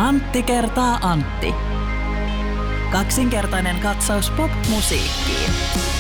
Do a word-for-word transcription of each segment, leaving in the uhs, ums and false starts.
Antti kertaa Antti. Kaksinkertainen katsaus pop-musiikkiin.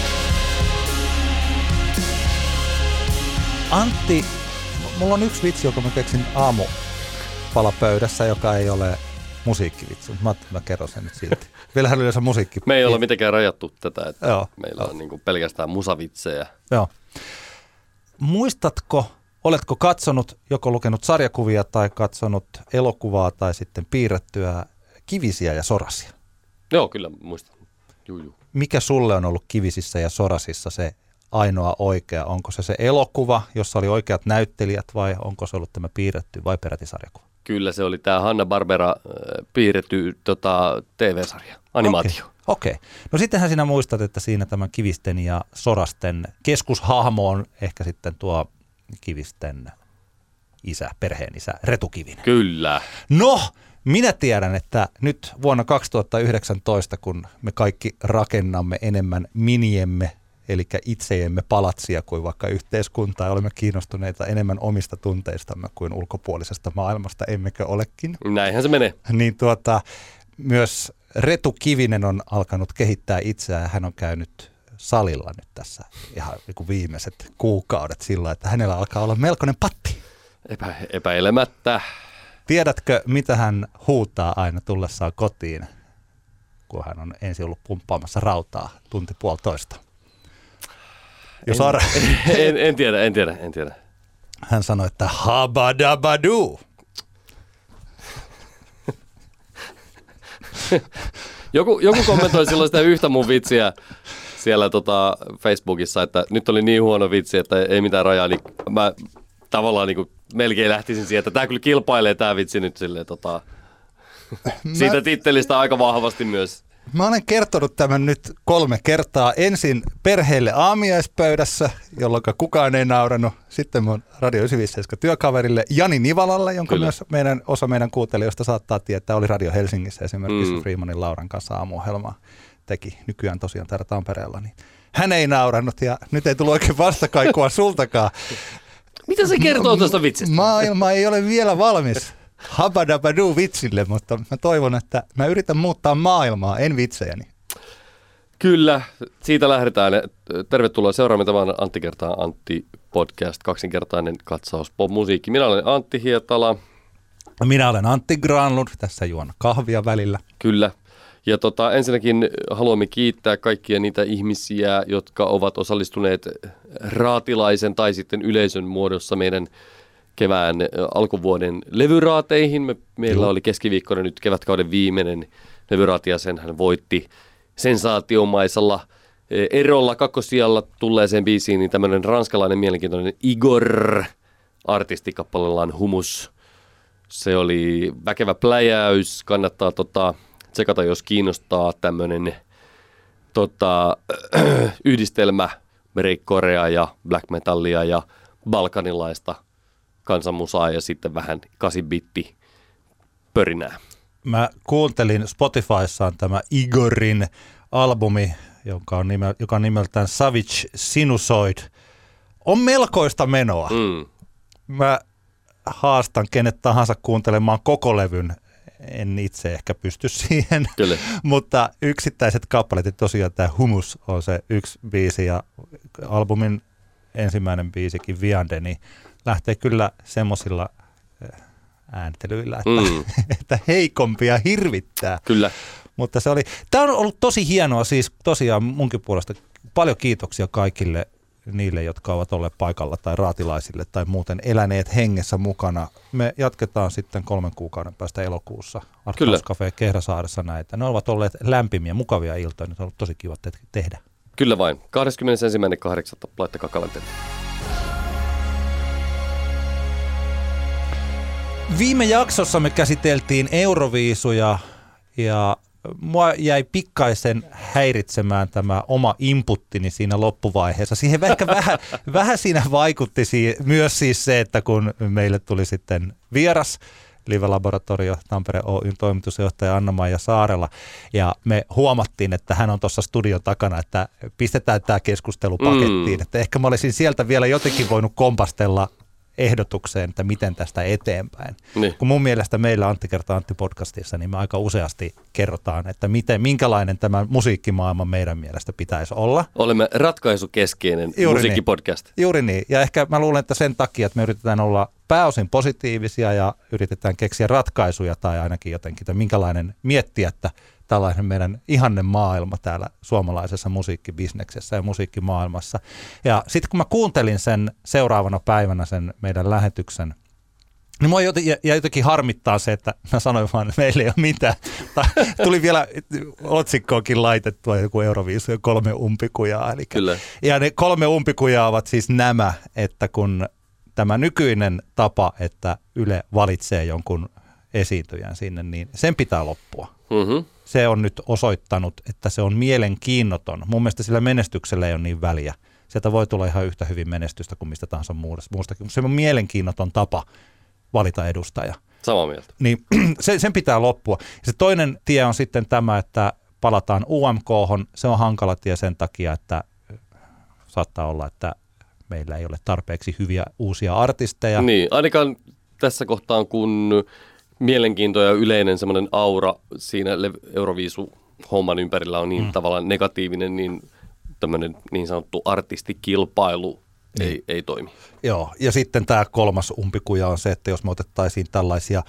Antti, mulla on yksi vitsi, joka mä keksin aamupalapöydässä, joka ei ole musiikkivitsi. Mä, mä kerron sen nyt silti. Vielähän yleensä musiikki. Me ei ole mitenkään rajattu tätä, että Joo. meillä on niin kuin pelkästään musavitsejä. Joo. Muistatko, oletko katsonut, joko lukenut sarjakuvia tai katsonut elokuvaa tai sitten piirrettyä Kivisiä ja Sorasia? Joo, kyllä muistan. Juu, juu. Mikä sulle on ollut Kivisissä ja Sorasissa se ainoa oikea? Onko se se elokuva, jossa oli oikeat näyttelijät, vai onko se ollut tämä piirretty vai peräti sarjakuva? Kyllä se oli tämä Hanna-Barbera piirretty tota, T V-sarja, animaatio. Okei. Okay. No sittenhän sinä muistat, että siinä tämän Kivisten ja Sorasten keskushahmo on ehkä sitten tuo Kivisten isä, perheen isä, Retu Kivinen. Kyllä. No, minä tiedän, että nyt vuonna kaksituhattayhdeksäntoista, kun me kaikki rakennamme enemmän miniemme, eli itsejemme palatsia kuin vaikka yhteiskuntaa, ja olemme kiinnostuneita enemmän omista tunteistamme kuin ulkopuolisesta maailmasta, emmekö olekin. Näinhän se menee. Niin tuota, myös Retu Kivinen on alkanut kehittää itseään. Hän on käynyt salilla nyt tässä ihan viimeiset kuukaudet sillä, että hänellä alkaa olla melkoinen patti. Epä, epäilemättä. Tiedätkö, mitä hän huutaa aina tullessaan kotiin, kun hän on ensin ollut pumppaamassa rautaa tunti puolitoista? Jos en, ar- en, en tiedä, en tiedä, en tiedä. Hän sanoi, että habadabadu. Joku, joku kommentoi silloin sitä yhtä mun vitsiä siellä tota Facebookissa, että nyt oli niin huono vitsi, että ei mitään rajaa, niin mä tavallaan niin kuin melkein lähtisin siihen, että tämä kyllä kilpailee tämä vitsi nyt silleen, tota, mä, siitä tittelistä aika vahvasti myös. Mä olen kertonut tämän nyt kolme kertaa. Ensin perheelle aamiaispöydässä, jolloin kukaan ei nauranut. Sitten mun Radio yhdeksänkymmentäseitsemän työkaverille Jani Nivalalle, jonka kyllä myös meidän, osa meidän kuuntelijoista saattaa tietää, oli Radio Helsingissä esimerkiksi mm. Freemanin Lauran kanssa aamuohjelmaa teki nykyään tosiaan täällä Tampereella. Niin hän ei naurannut ja nyt ei tullut oikein vastakaikua sultakaan. Mitä se kertoo tuosta vitsistä? Maailma ei ole vielä valmis habadabadu vitsille, mutta mä toivon, että mä yritän muuttaa maailmaa, en vitsejäni. Kyllä, siitä lähdetään. Tervetuloa seuraamaan tämän Antti kertaa Antti podcast, kaksinkertainen katsaus pop-musiikki. Minä olen Antti Hietala. Minä olen Antti Granlund, tässä juon kahvia välillä. Kyllä. Ja tota, ensinnäkin haluamme kiittää kaikkia niitä ihmisiä, jotka ovat osallistuneet raatilaisen tai sitten yleisön muodossa meidän kevään alkuvuoden levyraateihin. Me, meillä Joo. oli keskiviikkona nyt kevätkauden viimeinen levyraati ja sen hän voitti sensaatiomaisella erolla kakkosijalla tulleeseen biisiin, niin tämmöinen ranskalainen mielenkiintoinen Igor artistikappaleellaan Humus. Se oli väkevä pläjäys, kannattaa tota, tsekata, jos kiinnostaa tämmöinen tota, yhdistelmä break-korea ja black metallia ja balkanilaista kansanmusaa ja sitten vähän kahdeksan-bitti pörinää. Mä kuuntelin Spotifyssa on tämä Igorin albumi, joka on, nimel, joka on nimeltään Savage Sinusoid. On melkoista menoa. Mm. Mä haastan kenet tahansa kuuntelemaan koko levyn. En itse ehkä pysty siihen, Kyllä. mutta yksittäiset kappaleet, tosiaan tämä Humus on se yksi biisi ja albumin ensimmäinen biisikin Viande, niin lähtee kyllä semmoisilla ääntelyillä, että, mm. että heikompia hirvittää. Kyllä. Mutta se oli, tämä on ollut tosi hienoa, siis tosiaan munkin puolesta paljon kiitoksia kaikille niille, jotka ovat olleet paikalla tai raatilaisille tai muuten eläneet hengessä mukana. Me jatketaan sitten kolmen kuukauden päästä elokuussa Arthouse Cafe Kehrasaaressa näitä. Ne ovat olleet lämpimiä, mukavia iltoja, ne on ollut tosi kiva te- tehdä. Kyllä vain. kahdeskymmenesensimmäinen kahdeksatta laittakaa kalenteriin. Viime jaksossa me käsiteltiin Euroviisuja ja mua jäi pikkaisen häiritsemään tämä oma inputtini siinä loppuvaiheessa. Siihen ehkä vähän, vähän siinä vaikutti si- myös siis se, että kun meille tuli sitten vieras Live Laboratorio Tampere Oyn toimitusjohtaja Anna-Maija Saarela ja me huomattiin, että hän on tuossa studion takana, että pistetään tämä keskustelu pakettiin. Mm. Että ehkä mä olisin sieltä vielä jotenkin voinut kompastella ehdotukseen, että miten tästä eteenpäin. Niin. Kun mun mielestä meillä Antti kertaa Antti podcastissa, niin me aika useasti kerrotaan, että miten, minkälainen tämä musiikkimaailma meidän mielestä pitäisi olla. Olemme ratkaisukeskeinen Juuri musiikkipodcast. Niin. Juuri niin. Ja ehkä mä luulen, että sen takia, että me yritetään olla pääosin positiivisia ja yritetään keksiä ratkaisuja tai ainakin jotenkin, että minkälainen miettiä, että tällainen meidän ihanne maailma täällä suomalaisessa musiikkibisneksessä ja musiikkimaailmassa. Ja sitten kun mä kuuntelin sen seuraavana päivänä sen meidän lähetyksen, niin mua jotenkin harmittaa se, että mä sanoin vaan, että meillä ei ole mitään. Tuli vielä otsikkoonkin laitettua joku Euroviisu ja kolme umpikujaa. Eli Kyllä. Ja ne kolme umpikujaa ovat siis nämä, että kun tämä nykyinen tapa, että Yle valitsee jonkun esiintyjän sinne, niin sen pitää loppua. Mm-hmm. Se on nyt osoittanut, että se on mielenkiinnoton. Mun mielestä sillä menestyksellä ei ole niin väliä. Sieltä voi tulla ihan yhtä hyvin menestystä kuin mistä tahansa muustakin. Se on mielenkiinnoton tapa valita edustaja. Samaa mieltä. Niin se, sen pitää loppua. Ja se toinen tie on sitten tämä, että palataan U M K:hon. Se on hankala tie sen takia, että saattaa olla, että meillä ei ole tarpeeksi hyviä uusia artisteja. Niin, ainakaan tässä kohtaa, kun mielenkiinto ja yleinen semmoinen aura siinä Euroviisu-homman ympärillä on niin mm. tavallaan negatiivinen, niin tämmöinen niin sanottu artistikilpailu niin. ei, ei toimi. Joo, ja sitten tämä kolmas umpikuja on se, että jos me otettaisiin tällaisia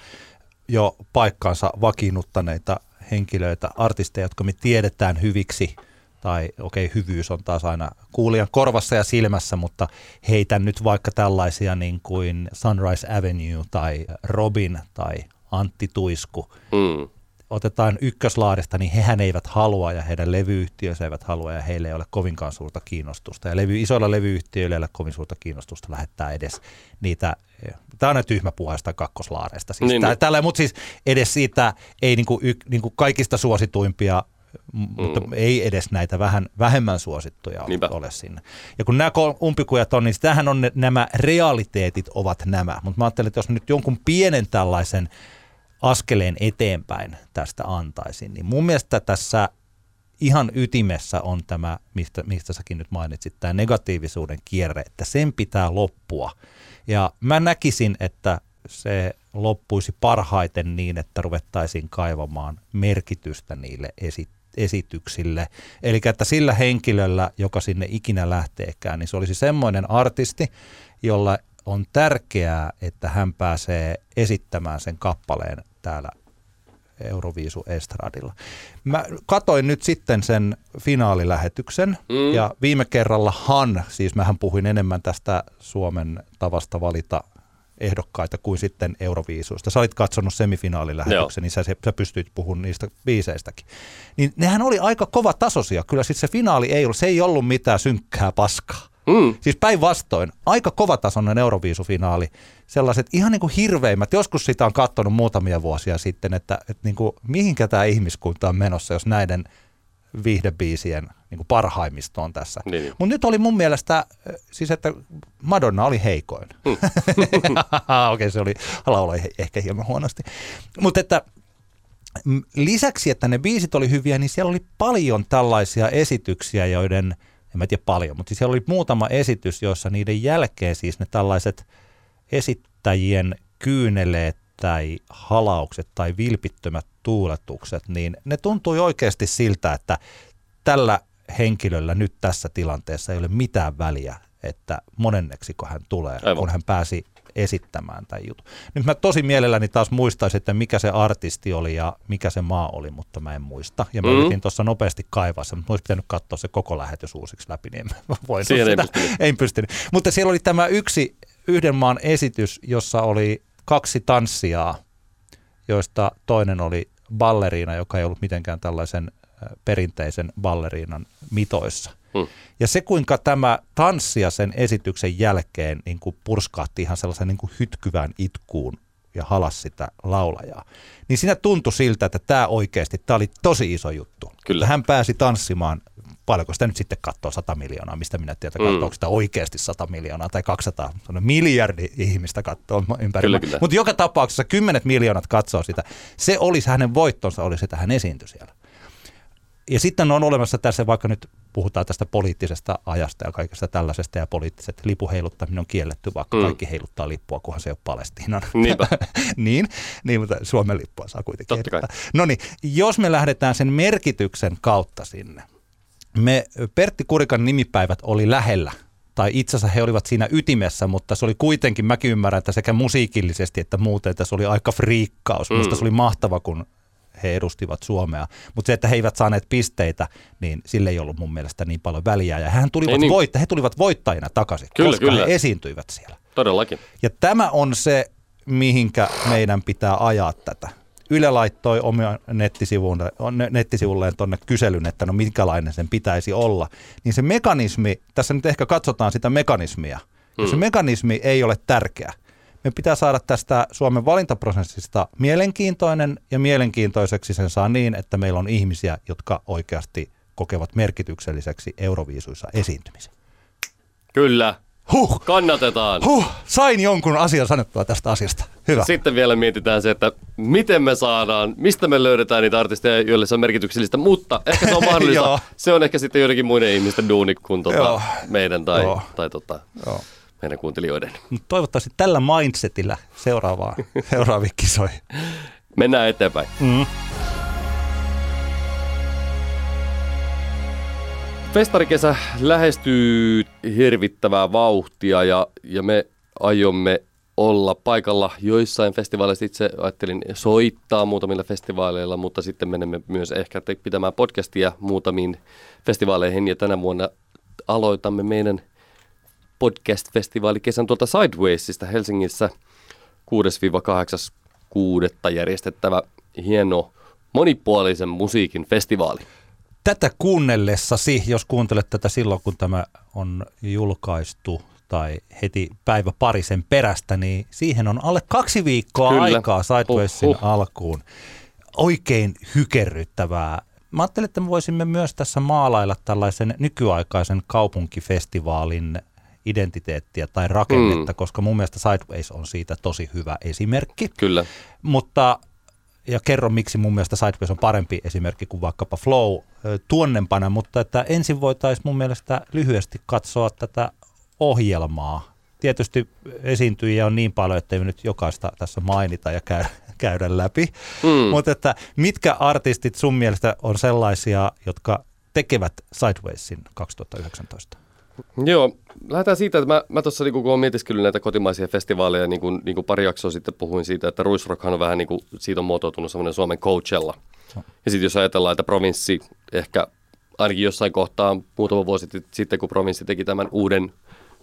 jo paikkaansa vakiinnuttaneita henkilöitä, artisteja, jotka me tiedetään hyviksi, tai okei, okay, hyvyys on taas aina kuulijan korvassa ja silmässä, mutta heitän nyt vaikka tällaisia niin kuin Sunrise Avenue tai Robin tai Antti Tuisku. Mm. Otetaan ykköslaarista, niin hehän eivät halua ja heidän levyyhtiönsä eivät halua ja heille ei ole kovinkaan suurta kiinnostusta. Ja levy, isoilla levyyhtiöillä ei ole kovin suurta kiinnostusta lähettää edes niitä, tämä on aina tyhmä puheesta kakkoslaareista. Siis niin, tää, niin. Mutta siis edes siitä ei niin kuin, niin kuin kaikista suosituimpia, mm. mutta ei edes näitä vähän vähemmän suosittuja Niinpä. ole sinne. Ja kun nämä umpikujat on, niin tämähän on ne, nämä realiteetit ovat nämä. Mutta mä ajattelin, että jos nyt jonkun pienen tällaisen askeleen eteenpäin tästä antaisin, niin mun mielestä tässä ihan ytimessä on tämä, mistä, mistä säkin nyt mainitsit, tämä negatiivisuuden kierre, että sen pitää loppua. Ja mä näkisin, että se loppuisi parhaiten niin, että ruvettaisiin kaivamaan merkitystä niille esi- esityksille. Eli että sillä henkilöllä, joka sinne ikinä lähteekään, niin se olisi semmoinen artisti, jolla on tärkeää, että hän pääsee esittämään sen kappaleen täällä Euroviisu Estradilla. Mä katoin nyt sitten sen finaalilähetyksen mm. ja viime kerrallahan, siis mähän puhuin enemmän tästä Suomen tavasta valita ehdokkaita kuin sitten Euroviisuista. Sä olit katsonut semifinaalilähetyksen, niin sä, sä pystyit puhumaan niistä biiseistäkin. Niin nehän oli aika kova tasoisia. Kyllä sitten se finaali ei ollut, se ei ollut mitään synkkää paskaa. Mm. Siis päinvastoin, aika kovatasoinen Euroviisufinaali, sellaiset ihan niin kuin hirveimmät, joskus sitä on katsonut muutamia vuosia sitten, että, että niin kuin, mihinkä tämä ihmiskunta on menossa, jos näiden viihdebiisien niin kuin parhaimmisto on tässä. Niin. Mutta nyt oli mun mielestä, siis että Madonna oli heikoin. Mm. Okei, okay, se oli, lauloi ehkä hieman huonosti. Mutta että lisäksi, että ne biisit oli hyviä, niin siellä oli paljon tällaisia esityksiä, joiden en mä tiedä paljon, mutta siis siellä oli muutama esitys, joissa niiden jälkeen siis ne tällaiset esittäjien kyyneleet tai halaukset tai vilpittömät tuuletukset, niin ne tuntui oikeasti siltä, että tällä henkilöllä nyt tässä tilanteessa ei ole mitään väliä, että monenneksiko hän tulee, Aivan. kun hän pääsi esittämään tämän jutun. Nyt mä tosi mielelläni taas muistaisin, että mikä se artisti oli ja mikä se maa oli, mutta mä en muista. Ja mä mm. yritin tuossa nopeasti kaivaa se, mutta olisi pitänyt katsoa se koko lähetys uusiksi läpi, niin mä voin sitä. Ei pystynyt. Ei pystynyt. Mutta siellä oli tämä yksi yhden maan esitys, jossa oli kaksi tanssijaa, joista toinen oli balleriina, joka ei ollut mitenkään tällaisen perinteisen balleriinan mitoissa. Hmm. Ja se, kuinka tämä tanssija sen esityksen jälkeen niin kuin purskahti ihan sellaisen niin kuin hytkyvään itkuun ja halasi sitä laulajaa, niin siinä tuntui siltä, että tämä oikeasti, tämä oli tosi iso juttu. Kyllä. Hän pääsi tanssimaan, paljonko sitä nyt sitten katsoo sata miljoonaa, mistä minä tiedän, hmm. katsoako sitä oikeasti sata miljoonaa tai kaksisataa, miljardi ihmistä katsoo ympäri. Mutta joka tapauksessa kymmenet miljoonat katsoo sitä. Se olisi hänen voittonsa, olisi, että hän esiintyi siellä. ja sitten on olemassa tässä, vaikka nyt puhutaan tästä poliittisesta ajasta ja kaikesta tällaisesta, ja poliittiset lipuheiluttaminen on kielletty, vaikka mm. kaikki heiluttaa lippua, kunhan se ei ole Palestiinan. niin, niin, mutta Suomen lippua saa kuitenkin heiluttaa. No niin, jos me lähdetään sen merkityksen kautta sinne, me Pertti Kurikan nimipäivät oli lähellä, tai itse asiassa he olivat siinä ytimessä, mutta se oli kuitenkin, mäkin ymmärrän, että sekä musiikillisesti että muuten, että se oli aika friikkaus. Mm. Minusta se oli mahtava, kun he edustivat Suomea. Mutta se, että he eivät saaneet pisteitä, niin sille ei ollut mun mielestä niin paljon väliä. Ja hän tulivat niin. voitta, he tulivat voittajina takaisin, kyllä, koska kyllä. he esiintyivät siellä. Todellakin. Ja tämä on se, mihinkä meidän pitää ajaa tätä. Yle laittoi omia nettisivulleen tuonne kyselyn, että no minkälainen sen pitäisi olla. Niin se mekanismi, tässä nyt ehkä katsotaan sitä mekanismia. Jos se mekanismi ei ole tärkeä, me pitää saada tästä Suomen valintaprosessista mielenkiintoinen, ja mielenkiintoiseksi sen saa niin, että meillä on ihmisiä, jotka oikeasti kokevat merkitykselliseksi Euroviisuissa esiintymisen. Kyllä. Huh. Kannatetaan. Huh. Sain jonkun asian sanottua tästä asiasta. Hyvä. Sitten vielä mietitään se, että miten me saadaan, mistä me löydetään niitä artisteja, joille se on merkityksellistä, mutta ehkä se on mahdollista. Se on ehkä sitten joidenkin muiden ihmisten duuni kuin tota meidän tai, tai tota, meidän kuuntelijoiden. Toivottavasti tällä mindsetillä seuraavaan, seuraaviin kisoihin. Mennään eteenpäin. Mm. Festarikesä lähestyy hirvittävää vauhtia ja, ja me aiomme olla paikalla joissain festivaaleissa. Itse ajattelin soittaa muutamilla festivaaleilla, mutta sitten menemme myös ehkä pitämään podcastia muutamiin festivaaleihin. Ja tänä vuonna aloitamme meidän podcast-festivaalikesän tuolta Sidewaysista Helsingissä kuudes kahdeksas kuudetta järjestettävä hieno monipuolisen musiikin festivaali. Tätä kuunnellessasi, jos kuuntelet tätä silloin, kun tämä on julkaistu tai heti päivä pari sen perästä, niin siihen on alle kaksi viikkoa Kyllä. aikaa Sidewaysin uh, uh. alkuun. Oikein hykerryttävää. Mä ajattelin, että me voisimme myös tässä maalailla tällaisen nykyaikaisen kaupunkifestivaalin identiteettiä tai rakennetta, mm. koska mun mielestä Sideways on siitä tosi hyvä esimerkki. Kyllä. Mutta ja kerro, miksi mun mielestä Sideways on parempi esimerkki kuin vaikkapa Flow tuonnempana, mutta että ensin voitaisiin mun mielestä lyhyesti katsoa tätä ohjelmaa. Tietysti esiintyjiä on niin paljon, ettei me nyt jokaista tässä mainita ja käydä, käydä läpi, mm. mutta että mitkä artistit sun mielestä on sellaisia, jotka tekevät Sidewaysin kaksituhattayhdeksäntoista? Joo, lähdetään siitä, että mä, mä tuossa niin kun olen mietiskellyt näitä kotimaisia festivaaleja, niin kuin, niin kuin pari jaksoa sitten puhuin siitä, että Ruisrockhan on vähän niin kuin, siitä on muotoutunut semmoinen Suomen Coachella. No. Ja sitten jos ajatellaan, että provinssi ehkä ainakin jossain kohtaa muutama vuosi sitten, kun provinssi teki tämän uuden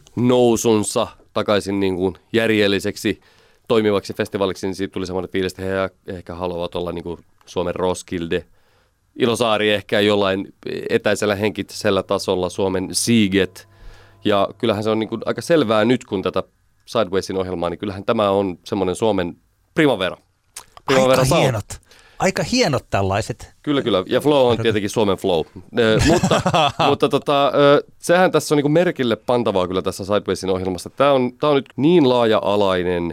nousunsa takaisin niin kuin järjelliseksi toimivaksi festivaaliksi, niin siitä tuli semmoinen fiilis, että he ehkä haluavat olla niin kuin Suomen Roskilde. Ilosaari ehkä jollain etäisellä henkisellä tasolla, Suomen Siget. Ja kyllähän se on niin kuin aika selvää nyt, kun tätä Sidewaysin ohjelmaa, niin kyllähän tämä on semmoinen Suomen primavera. primavera aika hienot. Aika hienot tällaiset. Kyllä, kyllä. Ja Flow on tietenkin Suomen Flow. Eh, mutta mutta tota, eh, sehän tässä on niin kuin merkille pantavaa kyllä tässä Sidewaysin ohjelmassa. Tämä on, tämä on nyt niin laaja-alainen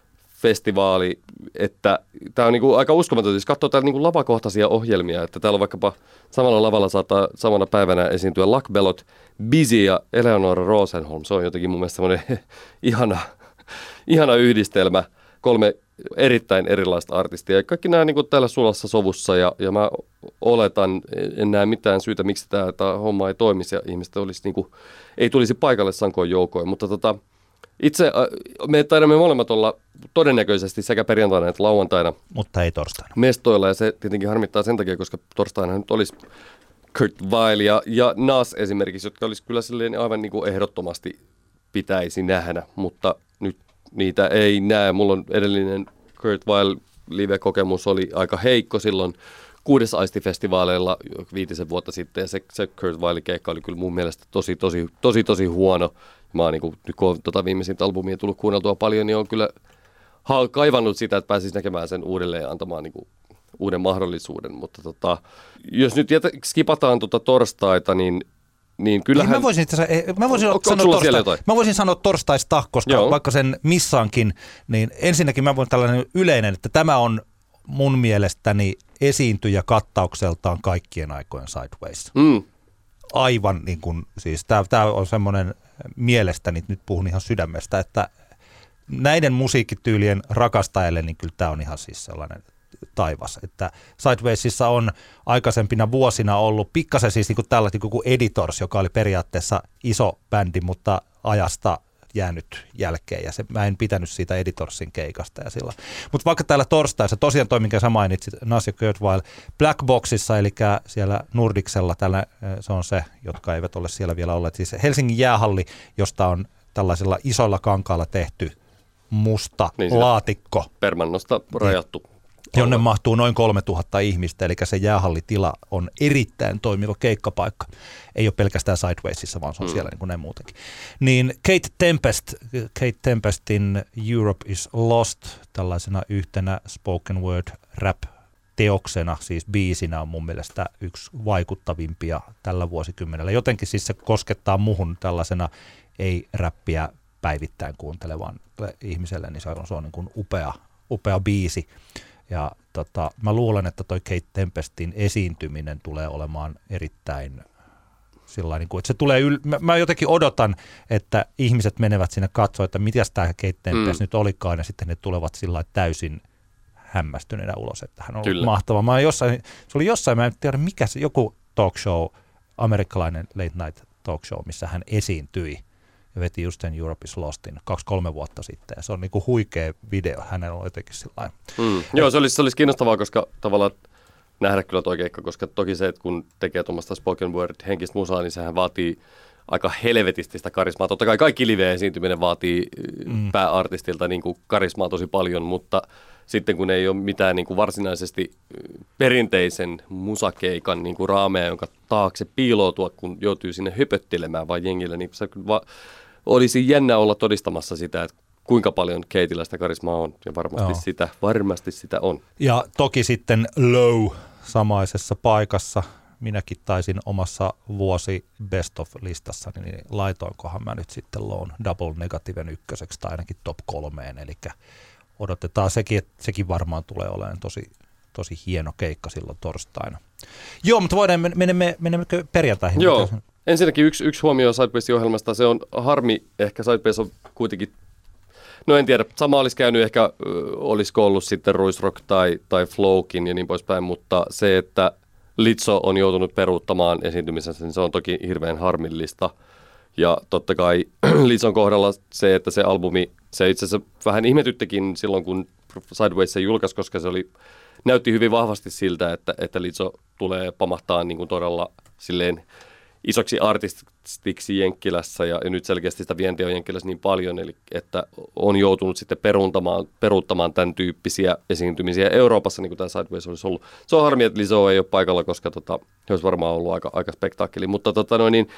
festivaali, että tämä on niinku aika uskomaton, jos katsoo täällä niinku lavakohtaisia ohjelmia, että täällä on vaikkapa samalla lavalla saattaa samana päivänä esiintyä Luck Bellot, Busy ja Eleonora Rosenholm. Se on jotenkin mun mielestä semmoinen ihana, ihana yhdistelmä, kolme erittäin erilaista artistia. Ja kaikki nämä niinku täällä sulassa sovussa ja, ja mä oletan, en näe mitään syytä, miksi tämä, tämä homma ei toimisi ja ihmiset olisi niinku, ei tulisi paikalle sankoin joukoin, mutta tota, itse me taidamme molemmat olla todennäköisesti sekä perjantaina että lauantaina. Mutta ei torstaina. Mestoilla ja se tietenkin harmittaa sen takia, koska torstaina nyt olisi Kurt Weill ja, ja Nas esimerkiksi, jotka olisi kyllä silleen aivan niin kuin ehdottomasti pitäisi nähdä, mutta nyt niitä ei näe. Mulla on edellinen Kurt Weill live-kokemus oli aika heikko silloin Kuudes Aisti-festivaaleilla viitisen vuotta sitten ja se, se Kurt Weillin keikka oli kyllä mun mielestä tosi, tosi, tosi, tosi huono. Mä oon niin kuin, nyt kun on tota viimeisintä albumia tullut kuunneltua paljon, niin on kyllä kaivannut sitä, että pääsisi näkemään sen uudelleen ja antamaan niin kuin uuden mahdollisuuden. Mutta tota, jos nyt jätä, skipataan tuota torstaita, niin, niin kyllähän... Mä voisin, mä voisin, on, sanoa, torstai, mä voisin sanoa torstaista, koska Joo. vaikka sen missaankin, niin ensinnäkin mä voin tällainen yleinen, että tämä on mun mielestäni esiintyjä kattaukseltaan kaikkien aikojen Sideways. Mm. Aivan niin kuin, siis tämä on semmoinen mielestäni, nyt puhun ihan sydämestä, että näiden musiikkityylien rakastajille, niin kyllä tämä on ihan siis sellainen taivas, että Sidewaysissa on aikaisempina vuosina ollut pikkasen siis niin kuin tällainen niin kuin Editors, joka oli periaatteessa iso bändi, mutta ajasta jäänyt jälkeen, ja se, mä en pitänyt siitä Editorsin keikasta ja sillä. Mutta vaikka täällä torstaissa, tosiaan toi, minkä sä mainitsit, Nas ja Kurtweil, Black Boxissa, eli siellä Nordicsella, tällä, se on se, jotka eivät ole siellä vielä olleet, siis Helsingin jäähalli, josta on tällaisilla isoilla kankailla tehty musta niin laatikko. Permannosta rajattu. Jonne mahtuu noin kolmetuhatta ihmistä, eli se jäähallitila on erittäin toimiva keikkapaikka. Ei ole pelkästään Sidewaysissa, vaan se on mm. siellä niin kuin ne muutenkin. Niin Kate Tempest, Kate Tempestin Europe is Lost, tällaisena yhtenä spoken word rap-teoksena, siis biisinä on mun mielestä yksi vaikuttavimpia tällä vuosikymmenellä. Jotenkin siis se koskettaa muhun tällaisena ei-räppiä päivittäin kuuntelevan ihmiselle, niin se on, se on niin kuin upea, upea biisi. Ja tota, mä luulen, että toi Kate Tempestin esiintyminen tulee olemaan erittäin sillain, niin kuin, että se tulee yl... mä, mä jotenkin odotan, että ihmiset menevät sinne katsoa, että mitäs tämä Kate Tempest mm. nyt olikaan, ja sitten ne tulevat sillä täysin hämmästyneenä ulos, että hän on ollut mahtava. Mä jossain, se oli jossain, mä en tiedä mikä se, joku talk show, amerikkalainen late night talk show, missä hän esiintyi. Ja veti just sen Europe is Lostin kaksi-kolme vuotta sitten. Ja se on niinku huikea video. Hänellä on jotenkin sillain. Mm. Joo, se olisi, se olisi kiinnostavaa, koska tavallaan nähdä kyllä toi keikka, koska toki se, että kun tekee tuommoista spoken word henkistä musaa, niin sehän vaatii aika helvetisti sitä karismaa. Totta kai kaikki live-esiintyminen vaatii mm. pääartistilta niin kuin karismaa tosi paljon, mutta sitten kun ei ole mitään niin kuin varsinaisesti perinteisen musakeikan niin kuin raameja, jonka taakse piiloutua, kun joutuu sinne höpöttelemään vaan jengille, niin se va- olisi jännä olla todistamassa sitä, että kuinka paljon Kateillä sitä karismaa on, ja varmasti sitä, varmasti sitä on. Ja toki sitten Low samaisessa paikassa. Minäkin taisin omassa vuosi best of-listassa, niin laitoinkohan mä nyt sitten Lown Double Negativen ykköseksi tai ainakin top kolmeen, eli odotetaan sekin, että sekin varmaan tulee olemaan tosi, tosi hieno keikka silloin torstaina. Joo, mutta voidaan, menemme, menemmekö perjantaihin? Joo, ensinnäkin yksi, yksi huomio Sidewaysin ohjelmasta, se on harmi, ehkä Sideways on kuitenkin, no en tiedä, sama olisi käynyt ehkä, olisiko ollut sitten Ruisrock tai, tai Flowkin ja niin poispäin, mutta se, että Lizzo on joutunut peruuttamaan esiintymisensä, niin se on toki hirveän harmillista. Ja totta kai Lizzon kohdalla se, että se albumi, se itse asiassa vähän ihmetyttikin silloin, kun Sideways se julkaisi, koska se oli, näytti hyvin vahvasti siltä, että, että Lizzo tulee pamahtaa niin kuin todella silleen isoksi artistiksi Jenkkilässä, ja, ja nyt selkeästi sitä vientiä on Jenkkilässä niin paljon, eli että on joutunut sitten peruuttamaan, peruuttamaan tämän tyyppisiä esiintymisiä Euroopassa, niin kuin tämä Sideways olisi ollut. Se on harmi, että Lizzo ei ole paikalla, koska tota, se olisi varmaan ollut aika, aika spektaakkeli, mutta tota, no, niin,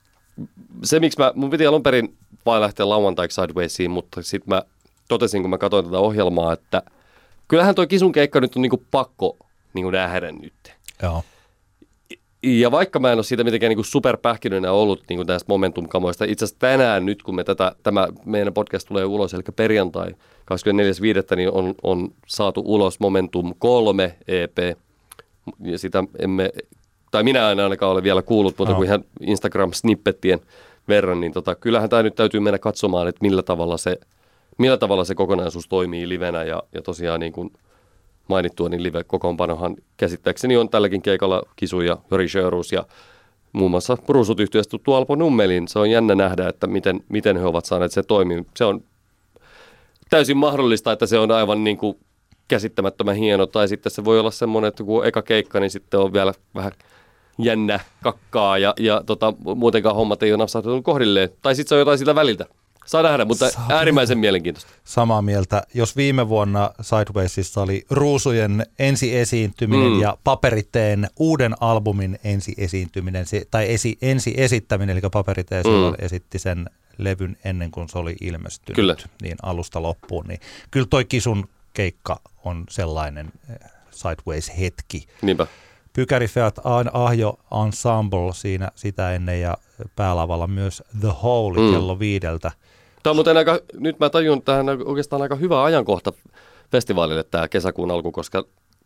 se, miksi mä, mun piti alun perin vain lähteä lauantaiksi Sidewaysiin, mutta sitten mä totesin, kun mä katsoin tätä ohjelmaa, että kyllähän toi Kisun keikka nyt on niinku pakko niinku nähdä nyt. Joo. Ja vaikka mä en ole siitä mitenkään niinku superpähkinönä ollut niinku tästä Momentum-kamoista, itse asiassa tänään nyt, kun me tätä, tämä meidän podcast tulee ulos, eli perjantai kahdeskymmenesneljäs viidettä niin on, on saatu ulos Momentum kolme E P, ja sitä emme, tai minä en ainakaan ole vielä kuullut, mutta no. kuin ihan Instagram-snippettien verran, niin tota, kyllähän tämä nyt täytyy mennä katsomaan, että millä tavalla se, millä tavalla se kokonaisuus toimii livenä, ja, ja tosiaan niin kuin mainittua, niin live-kokoonpanohan käsittääkseni on tälläkin keikalla Kisu ja Jori Sjöruus ja muun muassa Ruusut-yhtiöstä tuttu Alpo Nummelin. Se on jännä nähdä, että miten, miten he ovat saaneet se toimia. Se on täysin mahdollista, että se on aivan niin kuin käsittämättömän hieno, tai sitten se voi olla semmoinen, että kun on eka keikka, niin sitten on vielä vähän jännä kakkaa, ja, ja tota, muutenkaan hommat ei ole napsahtunut kohdilleen. Tai sitten se on jotain siltä väliltä. Saa nähdä, mutta Saa äärimmäisen mielenkiintoista. Samaa mieltä. Jos viime vuonna Sidewaysissa oli Ruusujen ensiesiintyminen mm. ja Paperiteen uuden albumin ensiesiintyminen, tai esi, ensiesittäminen, eli Paperiteen mm. silloin esitti sen levyn ennen kuin se oli ilmestynyt, kyllä. niin alusta loppuun, niin kyllä toi Kisun keikka on sellainen Sideways-hetki. Niinpä. Pykärifeat Ahjo Ensemble siinä sitä ennen ja päälavalla myös The Hole mm. kello viideltä. Tämä on muuten aika, nyt mä tajun, että tämä on oikeastaan aika hyvä ajankohta festivaalille tämä kesäkuun alku, koska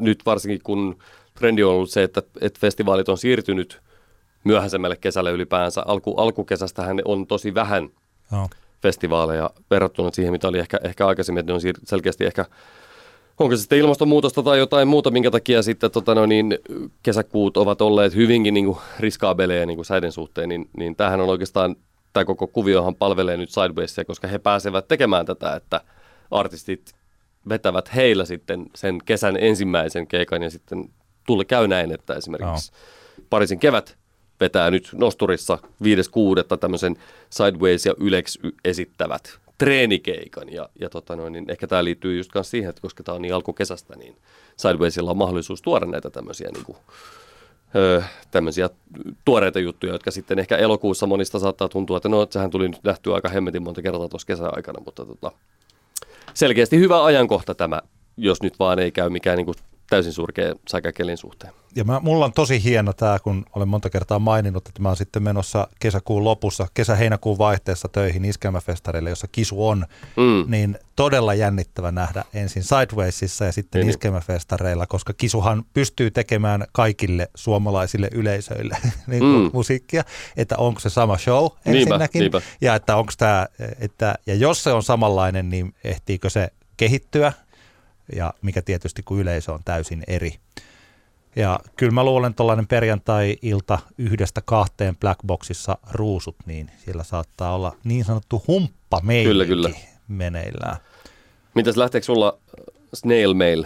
nyt varsinkin kun trendi on ollut se, että, että festivaalit on siirtynyt myöhäisemmälle kesälle ylipäänsä. Alku, alkukesästähän on tosi vähän no. festivaaleja verrattuna siihen, mitä oli ehkä, ehkä aikaisemmin, että ne on siir- selkeästi ehkä, onko se sitten ilmastonmuutosta tai jotain muuta, minkä takia sitten tota no, niin, kesäkuut ovat olleet hyvinkin niin kuin riskaabeleja niin kuin säiden suhteen, niin, niin tämähän on oikeastaan, tämä koko kuviohan palvelee nyt Sidewaysia, koska he pääsevät tekemään tätä, että artistit vetävät heillä sitten sen kesän ensimmäisen keikan ja sitten tuli käy näin, että esimerkiksi no. Pariisin kevät vetää nyt Nosturissa viides kuudetta tämmöisen Sideways ja Ylex esittävät treenikeikan. Ja, ja tota noin, niin ehkä tämä liittyy just siihen, että koska tämä on niin alkukesästä, niin Sidewaysilla on mahdollisuus tuoda näitä tämmöisiä, niin kuin, öö, tämmöisiä tuoreita juttuja, jotka sitten ehkä elokuussa monista saattaa tuntua, että no, sehän tuli nyt nähtyä aika hemmetin monta kertaa tuossa kesän aikana, mutta tota, selkeästi hyvä ajankohta tämä, jos nyt vaan ei käy mikään niin kuin täysin surkea säkäkelin suhteen. Ja mä, mulla on tosi hieno tämä, kun olen monta kertaa maininnut, että mä oon sitten menossa kesäkuun lopussa, kesä-heinäkuun vaihteessa töihin iskelmäfestareille, jossa Kisu on, mm. niin todella jännittävä nähdä ensin Sidewaysissa ja sitten niin. iskelmäfestareilla, koska Kisuhan pystyy tekemään kaikille suomalaisille yleisöille niin mm. musiikkia, että onko se sama show ensinnäkin, niinpä, niinpä. ja että onko tämä, että ja jos se on samanlainen, niin ehtiikö se kehittyä, ja mikä tietysti kun yleisö on täysin eri. Ja kyllä mä luulen tuollainen perjantai-ilta yhdestä kahteen Blackboxissa ruusut, niin siellä saattaa olla niin sanottu humppa-meilinki meneillään. Mitäs lähteekö sulla Snail Mail?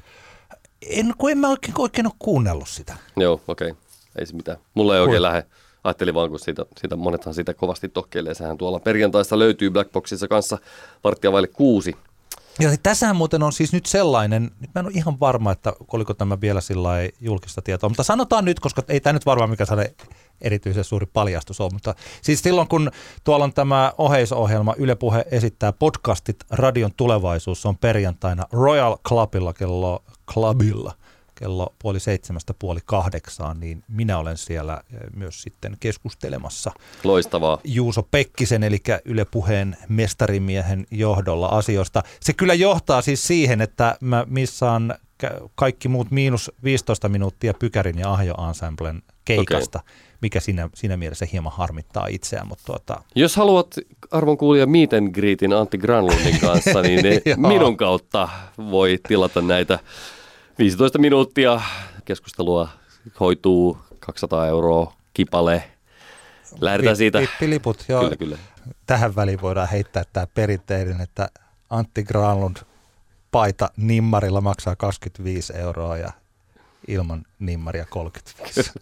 En, kun en mä oikein, oikein ole kuunnellut sitä. Joo, okei. Okay. Ei se mitään. Mulla ei oikein lähde. Ajattelin vaan, kun siitä, siitä, monethan siitä kovasti tokkeilee. Sehän tuolla perjantaista löytyy Blackboxissa kanssa varttia vaille kuusi. Ja tässähän muuten on siis nyt sellainen, nyt mä en ole ihan varma, että oliko tämä vielä sillai julkista tietoa, mutta sanotaan nyt, koska ei tämä nyt varmaan mikä sellainen erityisen suuri paljastus ole, mutta siis silloin kun tuolla on tämä oheisohjelma, Yle Puhe esittää podcastit, radion tulevaisuus, on perjantaina Royal Clubilla kello, Clubilla, kello puoli seitsemästä puoli kahdeksaan, niin minä olen siellä myös sitten keskustelemassa. Loistavaa. Juuso Pekkisen, eli Yle Puheen mestarimiehen johdolla asioista. Se kyllä johtaa siis siihen, että mä missaan kaikki muut miinus viisitoista minuuttia Pykärin ja Ahjo-ensemblen keikasta, okay. mikä siinä, siinä mielessä hieman harmittaa itseään. Mutta tuota... Jos haluat, arvon kuulija, meet and greetin Antti Granlundin kanssa, niin minun kautta voi tilata näitä viisitoista minuuttia. Keskustelua hoituu kaksisataa euroa kipale. Lähdetään siitä. Vippiliput, joo. Kyllä, kyllä. Tähän väliin voidaan heittää tämä perinteinen, että Antti Granlund paita nimmarilla maksaa kaksikymmentäviisi euroa ja ilman nimmaria kolmekymmentäviisi.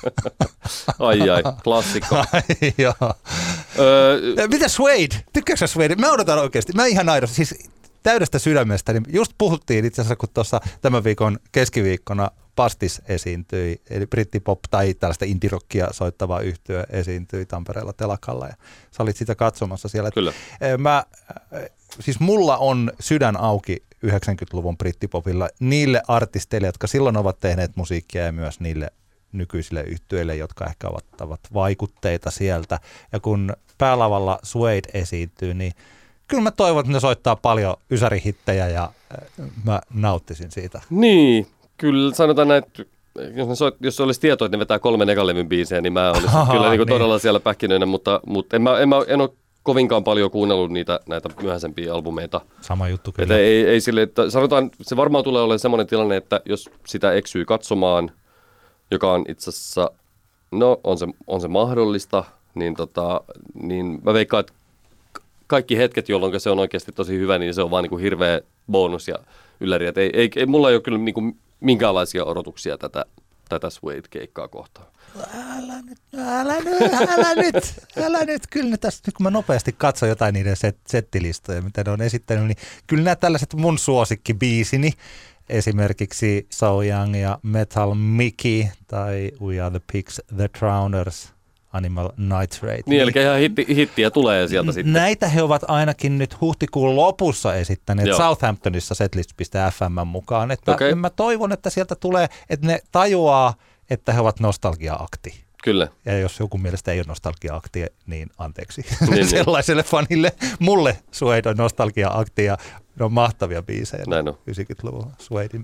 Ai ai, klassikko. Ai, joo. Öö, Mitä Suede? Tykkääksä Suede? Mä odotan oikeasti. Mä ihan aidosti. Siis täydestä sydämestä. Niin just puhuttiin itse asiassa, kun tuossa tämän viikon keskiviikkona Pastis esiintyi, eli brittipop tai tällaista indirockia soittava yhtye esiintyi Tampereella telakalla ja sä olit sitä katsomassa siellä. Kyllä. Mä, siis mulla on sydän auki yhdeksänkymmentäluvun brittipopilla niille artisteille, jotka silloin ovat tehneet musiikkia ja myös niille nykyisille yhtyeille, jotka ehkä ovat, ovat vaikutteita sieltä. Ja kun päälavalla Suede esiintyy, niin kyllä mä toivon, että ne soittaa paljon ysärihittejä ja mä nauttisin siitä. Niin, kyllä sanotaan näin, että jos, ne soit, jos olisi tieto, että ne vetää kolme Negalevyn biisejä, niin mä olisin Aha, kyllä niin kuin niin. todella siellä pähkinöinä, mutta, mutta en, mä, en, mä, en ole kovinkaan paljon kuunnellut niitä, näitä myöhäisempiä albumeita. Sama juttu kyllä. Ei, ei sille, että sanotaan, se varmaan tulee olemaan semmoinen tilanne, että jos sitä eksyy katsomaan, joka on itse asiassa, no on se, on se mahdollista, niin, tota, niin mä veikkaan, että kaikki hetket, jolloin se on oikeasti tosi hyvä, niin se on vaan niin kuin hirveä bonus ja ylläri. Ei, ei, ei, mulla ei ole kyllä niin kuin minkäänlaisia odotuksia tätä, tätä Suede-keikkaa kohtaan. Älä nyt, älä nyt, älä nyt, älä nyt. Kyllä ne tästä, nyt kun mä nopeasti katson jotain niiden set, settilistoja, mitä ne on esittänyt, niin kyllä nämä tällaiset mun suosikkibiisini, esimerkiksi So Young ja Metal Mickey tai We Are the Pigs, The Drowners, Animal Nitrate. Niin, eli ihan hitti, hittiä tulee sieltä sitten. Näitä he ovat ainakin nyt huhtikuun lopussa esittäneet Joo. Southamptonissa setlist piste f m mukaan. Että okay. Mä toivon, että sieltä tulee, että ne tajuaa, että he ovat nostalgia-akti. Kyllä. Ja jos joku mielestä ei ole nostalgia-akti, niin anteeksi niin, sellaiselle niin. fanille. Mulle Suede on nostalgia-akti ja ne on mahtavia biisejä. Näin on. yhdeksänkymmentäluvun Suedin biisit.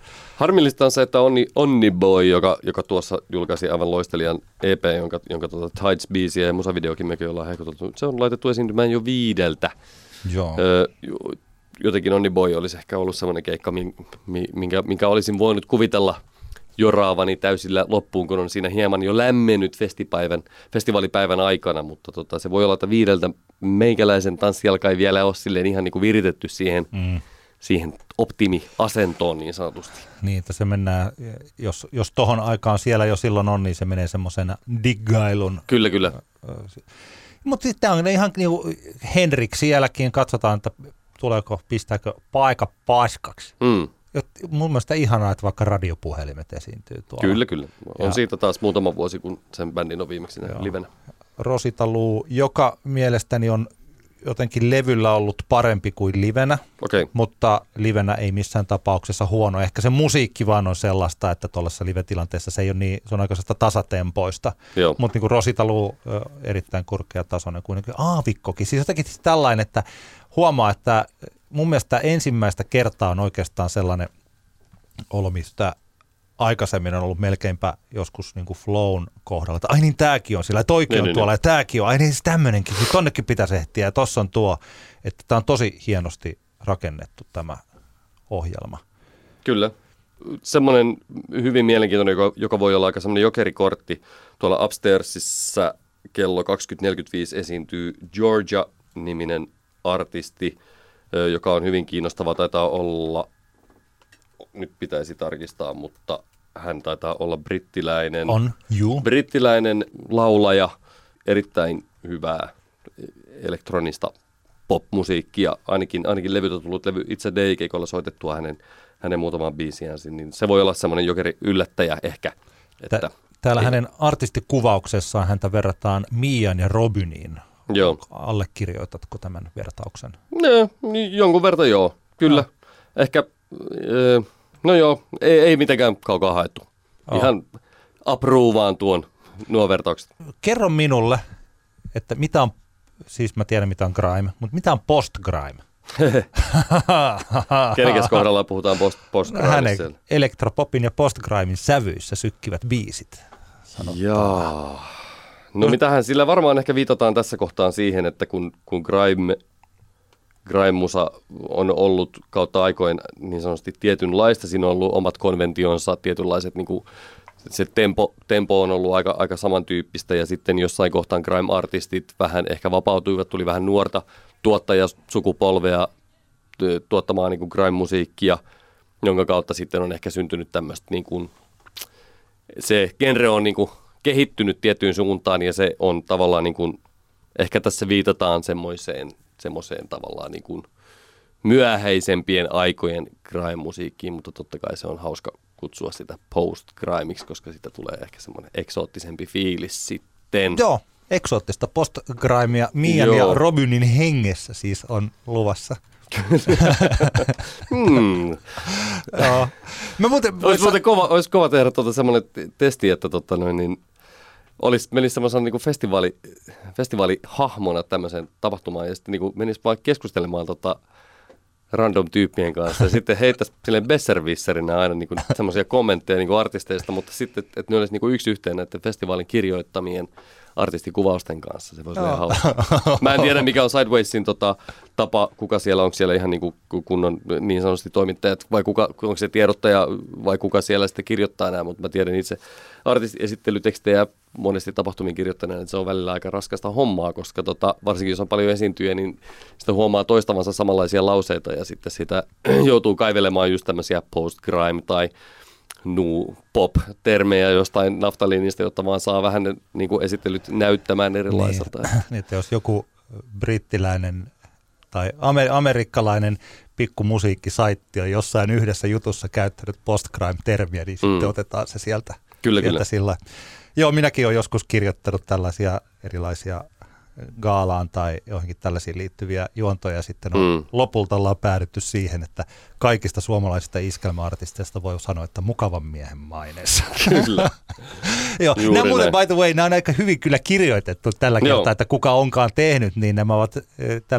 Harmillista on se, että Onni, Onni Boy, joka, joka tuossa julkaisi aivan loistelijan E P, jonka, jonka tuota Tides-biisiä ja musavideokin mekin ollaan hehkuteltu, se on laitettu esiintymään jo viideltä. Joo. Öö, jotenkin Onni Boy olisi ehkä ollut sellainen keikka, minkä, minkä olisin voinut kuvitella joraavani täysillä loppuun, kun on siinä hieman jo lämmennyt festipäivän, festivaalipäivän aikana, mutta tota, se voi olla, että viideltä meikäläisen tanssijalka ei vielä ole silleen ihan niin kuin viritetty siihen, mm. siihen optimiasentoon niin sanotusti. Niin, että se mennään, jos, jos tohon aikaan siellä jo silloin on, niin se menee semmoisen diggailun. Kyllä, kyllä. Mutta sitten on ihan niin kuin Henrik sielläkin, katsotaan, että tuleeko, pistääkö paikka paskaksi. Mm. Mun mielestä ihanaa, että vaikka radiopuhelimet esiintyy tuolla. Kyllä, kyllä. On ja siitä taas muutama vuosi, kun sen bändin on viimeksi livenä. Rosita Luu, joka mielestäni on jotenkin levyllä ollut parempi kuin livenä, okay. mutta livenä ei missään tapauksessa huono. Ehkä se musiikki vaan on sellaista, että tuollaisessa live-tilanteessa se ei ole niin, se on aikaisesta tasatempoista. Mutta niin kuin Rosita Luu, erittäin korkeatasoinen kuitenkin. Aavikkokin, siis jotenkin tällainen, että huomaa, että mun mielestä ensimmäistä kertaa on oikeastaan sellainen olo, mistä aikaisemmin on ollut melkeinpä joskus niin kuin flown kohdalla, että ai niin tääkin on sillä, ja toikin niin, on niin, tuolla, niin. ja tääkin on, ai niin tämmöinenkin, niin tonnekin pitäisi ehtiä, ja tossa on tuo, että tämä on tosi hienosti rakennettu tämä ohjelma. Kyllä. Semmoinen hyvin mielenkiintoinen, joka, joka voi olla aika semmoinen jokerikortti. Tuolla Upstairsissa kello kaksikymmentä neljäkymmentäviisi esiintyy Georgia-niminen artisti, joka on hyvin kiinnostava, taitaa olla, nyt pitäisi tarkistaa, mutta hän taitaa olla brittiläinen, on, juu. brittiläinen laulaja, erittäin hyvää elektronista pop-musiikkia, ainakin, ainakin levyt on tullut levy itse D-keikolla soitettua hänen, hänen muutamaan biisiänsä, niin se voi olla semmoinen jokeri yllättäjä ehkä. Että Täällä ei. hänen artistikuvauksessaan häntä verrataan Mian ja Robyniin. Joo. Allekirjoitatko tämän vertauksen? No, niin jonkun verran joo, kyllä. No. Ehkä, no joo, ei, ei mitenkään kaukaa haettu. Oh. Ihan approovaan tuon nuo vertaukset. Kerro minulle, että mitä on, siis mä tiedän mitä on grime, mutta mitä on post-grime? Kenenkäs kohdalla puhutaan post, post-grimessa? Elektropopin ja post-grimin sävyissä sykkivät biisit. Jaa. No mitähän sillä varmaan ehkä viitataan tässä kohtaan siihen, että kun, kun grime, grime-musa on ollut kautta aikoin niin sanotusti tietynlaista, siinä on ollut omat konventionsa, tietynlaiset, niin kuin, se tempo, tempo on ollut aika, aika samantyyppistä ja sitten jossain kohtaan grime-artistit vähän ehkä vapautuivat, tuli vähän nuorta tuottajasukupolvea tuottamaan niin kuin grime-musiikkia, jonka kautta sitten on ehkä syntynyt tämmöistä, niin kuin, se genre on niin kuin kehittynyt tiettyyn suuntaan ja se on tavallaan niin kuin, ehkä tässä viitataan semmoiseen, semmoiseen tavallaan niin kuin myöhäisempien aikojen grime-musiikkiin, mutta totta kai se on hauska kutsua sitä post-grimiksi, koska siitä tulee ehkä semmoinen eksoottisempi fiilis sitten. Joo, eksoottista post-grimea Mian Joo. ja Robynin hengessä siis on luvassa. hmm. Joo. Mä muuten, olisi, muuten kova, olisi kova tehdä tuota semmoinen testi, että tota noin, niin olisi, menisi semmoisen niin kuin festivaali, festivaalihahmona tämmöiseen tapahtumaan ja sitten niin menisi vaan keskustelemaan tota random tyyppien kanssa ja sitten heittäisi silleen besservisserinä aina niin semmoisia kommentteja niin kuin artisteista, mutta sitten, että ne olisi niin kuin yksi yhteen näiden festivaalin kirjoittamien artistikuvausten kanssa. Se voisi olla hauska. Mä en tiedä, mikä on Sidewaysin tota, tapa, kuka siellä on, onko siellä ihan niin kuin kunnon niin sanotusti toimittajat, vai kuka, onko se tiedottaja, vai kuka siellä sitten kirjoittaa nämä, mutta mä tiedän itse artistiesittelytekstejä monesti tapahtumien kirjoittajana, että se on välillä aika raskasta hommaa, koska tota, varsinkin jos on paljon esiintyjä, niin sitä huomaa toistavansa samanlaisia lauseita, ja sitten sitä joutuu kaivelemaan just tämmöisiä post-grime tai nu pop-termejä jostain naftaliinista, jotta vaan saa vähän niin kuin esittelyt näyttämään erilaiselta. Niin, että jos joku brittiläinen tai amer- amerikkalainen pikkumusiikkisaitti on jossain yhdessä jutussa käyttänyt post-grime-termiä, niin mm. sitten otetaan se sieltä, kyllä, sieltä kyllä. sillä. Joo, minäkin olen joskus kirjoittanut tällaisia erilaisia gaalaan tai johonkin tällaisiin liittyviä juontoja. Sitten on mm. lopulta ollaan päädytty siihen, että kaikista suomalaisista iskelmäartisteista voi sanoa, että mukavan miehen maineessa. Kyllä. Joo, nämä muuten, by the way, nämä on aika hyvin kyllä kirjoitettu tällä kertaa, että kuka onkaan tehnyt, niin nämä ovat tällä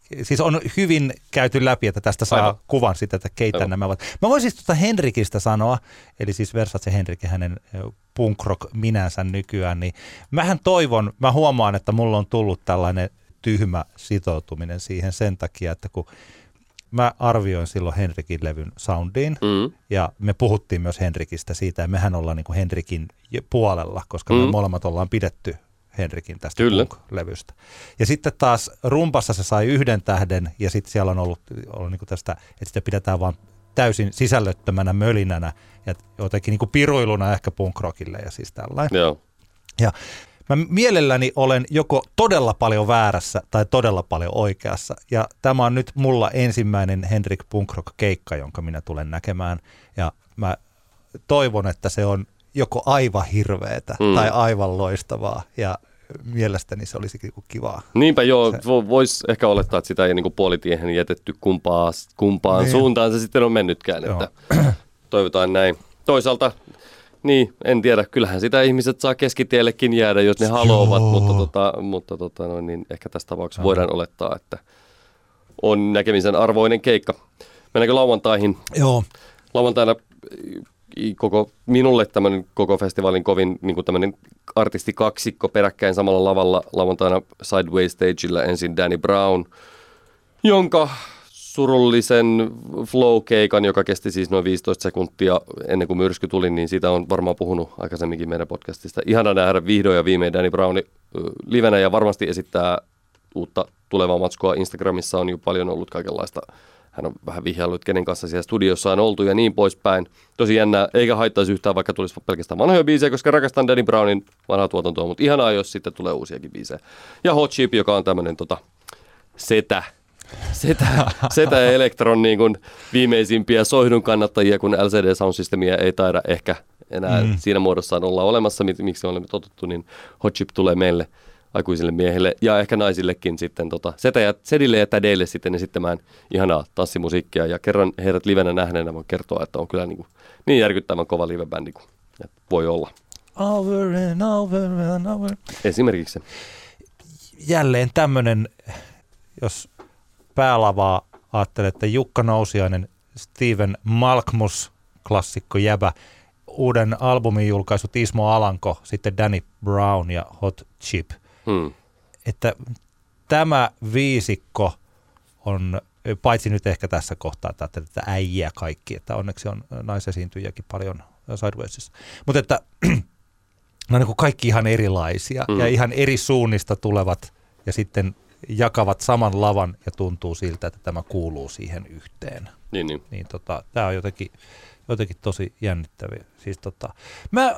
siis on hyvin käyty läpi, että tästä saa Aivan. kuvan sitä, että keitä Aivan. nämä ovat. Mä voisin siis tuota Henrikistä sanoa, eli siis Versace Henrik ja hänen punk rock minänsä nykyään, niin mähän toivon, mä huomaan, että mulla on tullut tällainen tyhmä sitoutuminen siihen sen takia, että kun mä arvioin silloin Henrikin levyn soundiin, mm. ja me puhuttiin myös Henrikistä siitä, ja mehän ollaan niin kuin Henrikin puolella, koska mm. me molemmat ollaan pidetty Henrikin tästä punk-levystä. Ja sitten taas rumpassa se sai yhden tähden, ja sitten siellä on ollut, ollut niin kuin tästä, että sitä pidetään vaan täysin sisällöttömänä mölinänä, ja jotenkin niin kuin piruiluna ehkä punk-rockille, ja siis tällainen. Joo. Ja mä mielelläni olen joko todella paljon väärässä tai todella paljon oikeassa. Ja tämä on nyt mulla ensimmäinen Henrik Punk Rock-keikka, jonka minä tulen näkemään. Ja mä toivon, että se on joko aivan hirveetä mm. tai aivan loistavaa. Ja mielestäni se olisi kivaa. Niinpä joo, voisi ehkä olettaa, että sitä ei niin puolitiehen jätetty kumpaa, kumpaan niin. suuntaan se sitten on mennytkään. Että toivotaan näin. Toisaalta niin, en tiedä. Kyllähän sitä ihmiset saa keskitiellekin jäädä, jos ne haluavat, mutta, tota, mutta tota, no, niin ehkä tässä tapauksessa voidaan olettaa, että on näkemisen arvoinen keikka. Mennäänkö lauantaihin? Joo. Lauantaina koko, minulle tämmöinen koko festivaalin kovin niin kuin tämmöinen artistikaksikko peräkkäin samalla lavalla. Lauantaina Sideways Stagella ensin Danny Brown, jonka surullisen flow-keikan, joka kesti siis noin viisitoista sekuntia ennen kuin myrsky tuli, niin siitä on varmaan puhunut aikaisemminkin meidän podcastista. Ihana nähdä vihdoin ja viimein Danny Browni livenä ja varmasti esittää uutta tulevaa matskua. Instagramissa on jo paljon ollut kaikenlaista. Hän on vähän vihjaillut, kenen kanssa siellä studiossa on oltu ja niin poispäin. Tosi jännää, eikä haittaisi yhtään, vaikka tulisi pelkästään vanhoja biisejä, koska rakastan Danny Brownin vanhaa tuotantoa, mutta ihanaa, jos sitten tulee uusiakin biisejä. Ja Hot Chip, joka on tämmöinen tota, setä. Setä, setä Elektron niin kuin viimeisimpiä soihdun kannattajia, kun L C D Sound Systemia ei taida ehkä enää mm. siinä muodossaan olla olemassa, miksi olemme totuttu, niin Hot Chip tulee meille aikuisille miehille ja ehkä naisillekin sitten tota, setä ja, sedille ja tädeille sitten esittämään ihanaa tanssimusiikkia. Ja kerran heidät livenä nähneenä voin kertoa, että on kyllä niin, kuin, niin järkyttävän kova livebändi kuin voi olla. Over and over and over. Esimerkiksi se. Jälleen tämmöinen, jos päälavaa ajattelee, että Jukka Nousiainen, Steven Malkmus, klassikko jäbä, uuden albumin julkaisut Ismo Alanko, sitten Danny Brown ja Hot Chip. Hmm. Että tämä viisikko on, paitsi nyt ehkä tässä kohtaa, että ajattelee, että äijä kaikki, että onneksi on naisesiintyjiäkin paljon Sidewaysissa. Mutta että ne on niin kuin kaikki ihan erilaisia hmm. ja ihan eri suunnista tulevat ja sitten jakavat saman lavan ja tuntuu siltä, että tämä kuuluu siihen yhteen. Niin, niin. niin tota, tämä on jotenkin, jotenkin tosi jännittäviä. Siis tota, mä,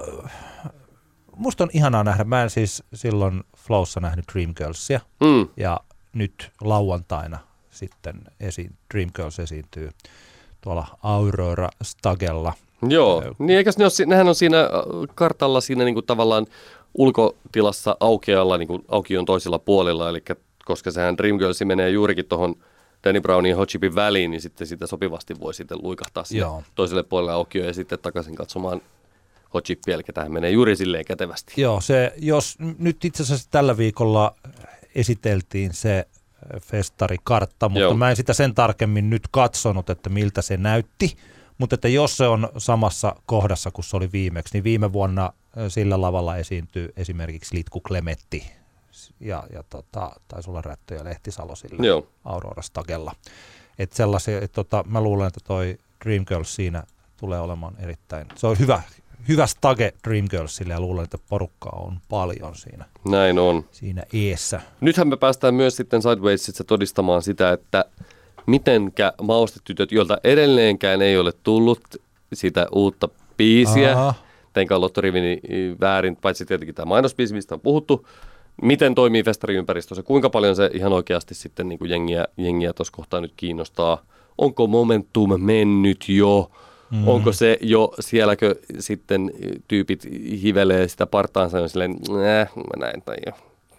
musta on ihanaa nähdä, mä en siis silloin Flowssa nähnyt Dreamgirlsia mm. ja nyt lauantaina sitten esiin, Dreamgirls esiintyy tuolla Aurora Stagella. Joo, niin eikös ne ole, nehän on siinä kartalla siinä niinku tavallaan ulkotilassa aukealla, niinku aukion toisilla puolilla, eli koska sehän Dreamgirls menee juurikin tuohon Danny Brownin ja Hot Chipin väliin, niin sitten sitä sopivasti voi sitten luikahtaa toiselle puolelle aukioon ja sitten takaisin katsomaan Hot Chipia, eli tähän menee juuri silleen kätevästi. Joo, se, jos nyt itse asiassa tällä viikolla esiteltiin se festarikartta, mutta Joo. mä en sitä sen tarkemmin nyt katsonut, että miltä se näytti, mutta että jos se on samassa kohdassa kuin se oli viimeksi, niin viime vuonna sillä lavalla esiintyy esimerkiksi Litku Klemetti, ja, ja tota, taisi olla Rättö ja Lehtisalo sillä Joo. Aurora Stagella. Että sellaisia, et tota, mä luulen, että toi Dreamgirls siinä tulee olemaan erittäin, se on hyvä, hyvä stage Dreamgirlsille ja luulen, että porukkaa on paljon siinä. Näin on. Siinä eessä. Nythän me päästään myös sitten Sidewaysissa todistamaan sitä, että mitenkä maustetytöt, joilta edelleenkään ei ole tullut sitä uutta biisiä, Aha. teinkaan lottorivini väärin, paitsi tietenkin tämä mainosbiisi, mistä on puhuttu, miten toimii festariympäristössä, kuinka paljon se ihan oikeasti sitten niin kuin jengiä, jengiä tuossa kohtaa nyt kiinnostaa, onko momentum mennyt jo, mm. onko se jo sielläkö sitten tyypit hivelee sitä partaansa ja silleen, äh, mä näen tai jo,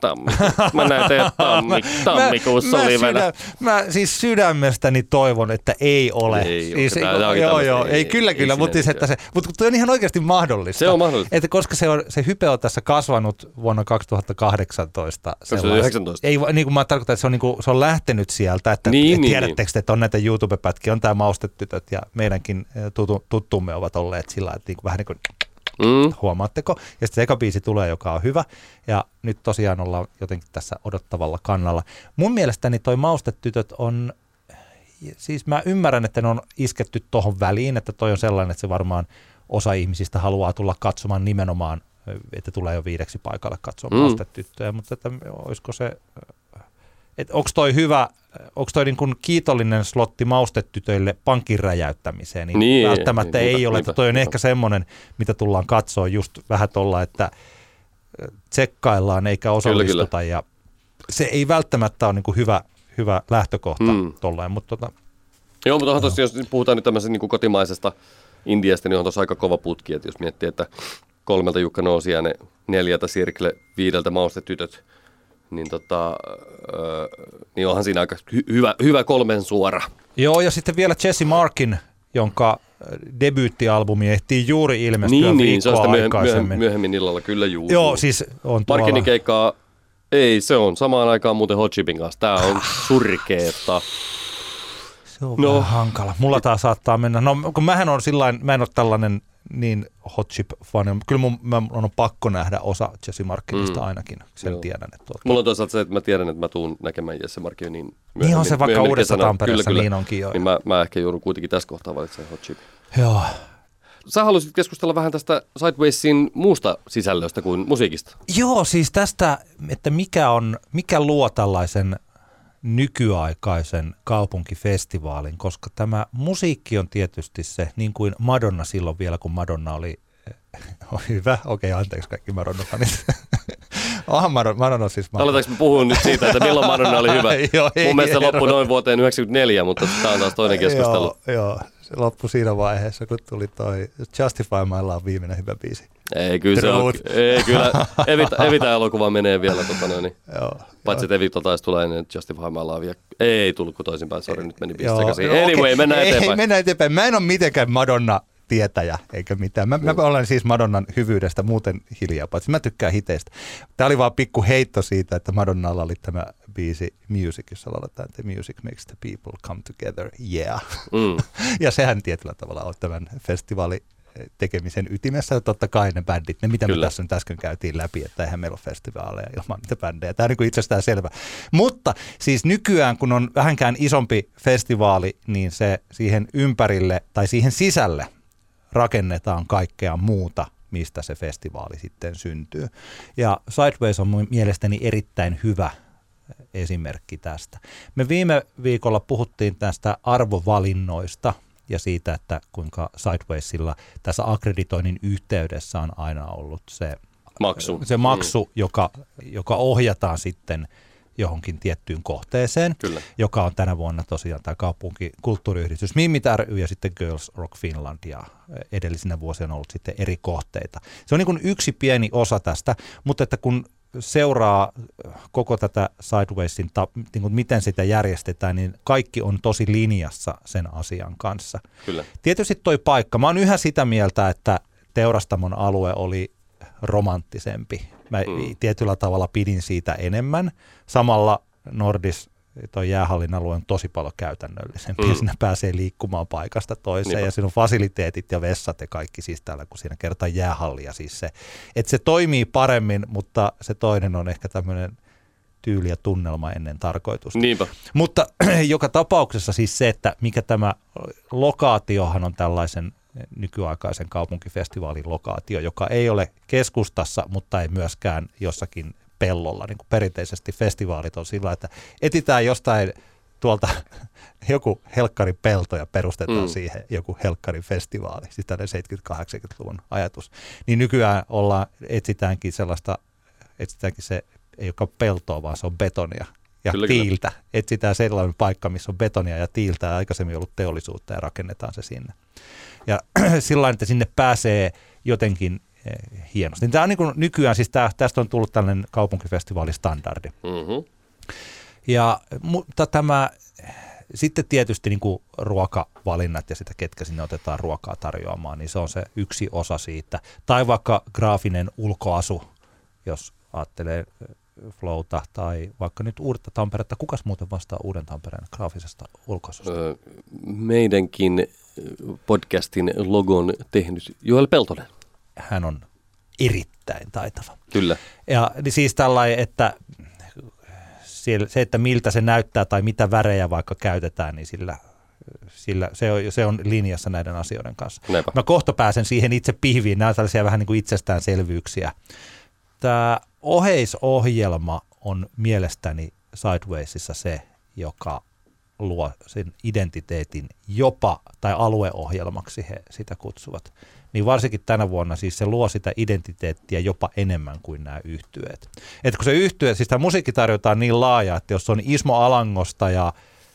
tammikuussa. Mä näen teidät tammi, tammikuussa mä, livenä. Mä, sydä, mä siis sydämestäni toivon, että ei ole. Ei siis, ole. Tää, joo, joo, ei, ei, kyllä, ei, kyllä, ei mutta siis, että se, mutta toi on ihan oikeasti mahdollista. Se on mahdollista. Että koska se, on, se hype on tässä kasvanut vuonna kaksituhattakahdeksantoista. kaksituhattayhdeksäntoista. Ei, niin kuin mä tarkoitan, että se on, niin kuin, se on lähtenyt sieltä, että niin, et, niin, tiedättekö, niin. että on näitä YouTube-pätkiä, on tämä Maustetytöt ja meidänkin tutu, tuttumme ovat olleet sillä, että niin kuin, vähän niin kuin Mm. huomaatteko? Ja sitten se eka biisi tulee, joka on hyvä. Ja nyt tosiaan ollaan jotenkin tässä odottavalla kannalla. Mun mielestäni toi Maustetytöt on, siis mä ymmärrän, että ne on isketty tohon väliin, että toi on sellainen, että se varmaan osa ihmisistä haluaa tulla katsomaan nimenomaan, että tulee jo viideksi paikalle katsomaan mm. Maustetyttöjä, mutta että olisiko se, että onko toi hyvä, onko toi niin kuin kiitollinen slotti Maustetytöille pankin räjäyttämiseen, niin, niin välttämättä niin, ei niinpä, ole, että toi on niinpä. Ehkä semmoinen, mitä tullaan katsoa just vähän tuolla, että tsekkaillaan eikä osallistuta kyllä, kyllä. Ja se ei välttämättä ole niin kuin hyvä, hyvä lähtökohta mm. tollain, mutta tota. Joo, mutta onhan tossa, jos puhutaan nyt tämmöisestä niin kuin kotimaisesta Indiasta, niin on tuossa aika kova putki, että jos miettii, että kolmelta Jukka Nousi ja ne neljältä Sirkle, viideltä Maustetytöt, niin, tota, öö, niin onhan siinä aika hy- hyvä, hyvä kolmen suora. Joo, ja sitten vielä Jesse Markin, jonka debyyttialbumi ehtii juuri ilmestyä niin, viikkoa niin, se on sitä myöhemmin, aikaisemmin. myöhemmin illalla, kyllä juu. Joo, siis on tuolla. Markinin keikkaa, ei, se on samaan aikaan muuten Hot Chipin kanssa. Tää on surkeeta. Se on no. vähän hankala. Mulla taas saattaa mennä, no kun mähän on sillain, mä en ole tällainen niin Hot Chip-fani, kyllä mun, mä on pakko nähdä osa Jesse Markinista mm. ainakin, sen Joo. tiedän. Että mulla on toisaalta se, että mä tiedän, että mä tuun näkemään Jesse Markin niin myöhemmin. Niin on se vaikka Uudessa kesänä. Tampereessa, kyllä, kyllä. niin onkin jo. Niin mä, mä ehkä joudun kuitenkin tässä kohtaa valitsemaan Hot Chip. Joo. Sä haluaisit keskustella vähän tästä Sidewaysin muusta sisällöstä kuin musiikista. Joo, siis tästä, että mikä, on, mikä luo tällaisen nykyaikaisen kaupunkifestivaalin, koska tämä musiikki on tietysti se, niin kuin Madonna silloin vielä, kun Madonna oli oh, hyvä. Okei, okay, anteeksi kaikki Madonna-fanit. Onhan Madonna, Madonna siis Madonna. Aletaanko me puhua nyt siitä, että milloin Madonna oli hyvä? Joo, mun mielestä se loppui noin vuoteen yhdeksänkymmentäneljä, mutta tämä on taas toinen keskustelu. Joo, joo, se loppui siinä vaiheessa, kun tuli toi Justify My Love, viimeinen hyvä biisi. Ei, kyllä Truth. se on. Ei, kyllä. Evita, Evita elokuva menee vielä. Tota, no, niin. Joo, paitsi, että Evita taisi tulla ennen Justify My Love. Ja ei tullut kuin toisinpäin. Sori, nyt meni biisi sekaisin. Anyway, okay. mennään eteenpäin. Ei, mennään eteenpäin. Mä en ole mitenkään Madonna tietäjä eikä mitään. Mä, mä olen siis Madonnan hyvyydestä muuten hiljaa, paitsi mä tykkään hiteistä. Tää oli vaan pikku heitto siitä, että Madonnalla oli tämä biisi Music, jossa lauletaan, että music makes the people come together, yeah. Mm. Ja sehän tietyllä tavalla on tämän festivaali tekemisen ytimessä, totta kai ne bändit, ne mitä Kyllä. me tässä nyt äsken käytiin läpi, että eihän meillä ole festivaaleja ilman niitä bändejä. Tämä on niin kuin itsestään selvä. Mutta siis nykyään, kun on vähänkään isompi festivaali, niin se siihen ympärille tai siihen sisälle rakennetaan kaikkea muuta, mistä se festivaali sitten syntyy. Ja Sideways on mielestäni erittäin hyvä esimerkki tästä. Me viime viikolla puhuttiin tästä arvovalinnoista ja siitä, että kuinka Sidewaysilla tässä akkreditoinnin yhteydessä on aina ollut se maksu, se maksu mm. joka, joka ohjataan sitten johonkin tiettyyn kohteeseen, Kyllä. joka on tänä vuonna tosiaan tämä kaupunkikulttuuriyhdistys Mimmit ry ja sitten Girls Rock Finland ja edellisinä vuosina on ollut sitten eri kohteita. Se on niin kuin yksi pieni osa tästä, mutta että kun seuraa koko tätä Sidewaysin, niin kuin miten sitä järjestetään, niin kaikki on tosi linjassa sen asian kanssa. Kyllä. Tietysti toi paikka, mä oon yhä sitä mieltä, että Teurastamon alue oli romanttisempi. Mä mm. tietyllä tavalla pidin siitä enemmän. Samalla Nordis, toi jäähallin alue on tosi paljon käytännöllisempi. Mm. Siinä pääsee liikkumaan paikasta toiseen Niinpä. Ja siinä on fasiliteetit ja vessat ja kaikki siis täällä, kun siinä kertaa jäähallia. Siis se, että se toimii paremmin, mutta se toinen on ehkä tämmöinen tyyli ja tunnelma ennen tarkoitusta. Niinpä. Mutta joka tapauksessa siis se, että mikä tämä lokaatiohan on tällaisen nykyaikaisen kaupunkifestivaalin lokaatio, joka ei ole keskustassa, mutta ei myöskään jossakin pellolla. Niin kuin perinteisesti festivaalit on sillä, että etsitään jostain tuolta joku helkkarin pelto ja perustetaan mm. siihen joku helkkarin festivaali, siis tällainen seitsemänkymmentä-kahdeksankymmentäluvun ajatus. Niin nykyään ollaan, etsitäänkin sellaista, etsitäänkin se ei olekaan peltoa, vaan se on betonia ja kyllä, tiiltä. Kyllä. Etsitään sellainen paikka, missä on betonia ja tiiltä ja aikaisemmin ollut teollisuutta ja rakennetaan se sinne. Ja sillain, että sinne pääsee jotenkin hienosti. Tämä on niin kuin nykyään, siis tää, tästä on tullut tällainen kaupunkifestivaalistandardi. Mm-hmm. Ja mutta tämä, sitten tietysti niin kuin ruokavalinnat ja sitä, ketkä sinne otetaan ruokaa tarjoamaan, niin se on se yksi osa siitä. Tai vaikka graafinen ulkoasu, jos ajattelee Flowta tai vaikka nyt Uutta Tamperetta. Kukas muuten vastaa Uuden Tampereen graafisesta ulkoasusta? Öö, meidänkin podcastin logon tehnyt Joel Peltonen. Hän on erittäin taitava. Kyllä. Ja niin siis tällainen, että se, että miltä se näyttää tai mitä värejä vaikka käytetään, niin sillä, sillä se, on, se on linjassa näiden asioiden kanssa. Näinpä. Mä kohta pääsen siihen itse pihviin. Nämä on tällaisia vähän niin kuin itsestäänselvyyksiä. Tämä oheisohjelma on mielestäni Sidewaysissa se, joka luo sen identiteetin jopa, tai alueohjelmaksi he sitä kutsuvat. Niin varsinkin tänä vuonna siis se luo sitä identiteettiä jopa enemmän kuin nämä yhtyeet. Et kun se yhtye, siis tämä musiikki tarjotaan niin laaja, että jos on Ismo Alangosta ja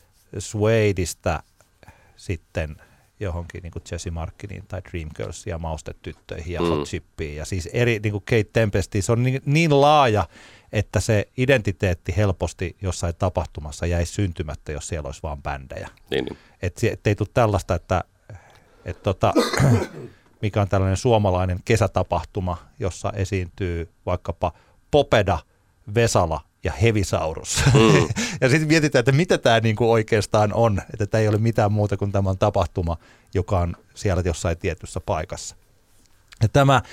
Suedeista sitten johonkin niin kuin Jesse Markkiniin tai Dreamgirlsiin ja Maustetyttöihin ja mm. Hot Chipiin ja siis eri niin kuin Kate Tempestiin, se on niin, niin laaja, että se identiteetti helposti jossain tapahtumassa jäisi syntymättä, jos siellä olisi vaan bändejä. Niin, niin. Että et ei tule tällaista, että et tota, mikä on tällainen suomalainen kesätapahtuma, jossa esiintyy vaikkapa Popeda, Vesala ja Hevisaurus. Mm. Ja sitten mietitään, että mitä tämä niinku oikeastaan on, että tämä ei ole mitään muuta kuin tämä tapahtuma, joka on siellä jossain tietyssä paikassa. Ja tämä äh,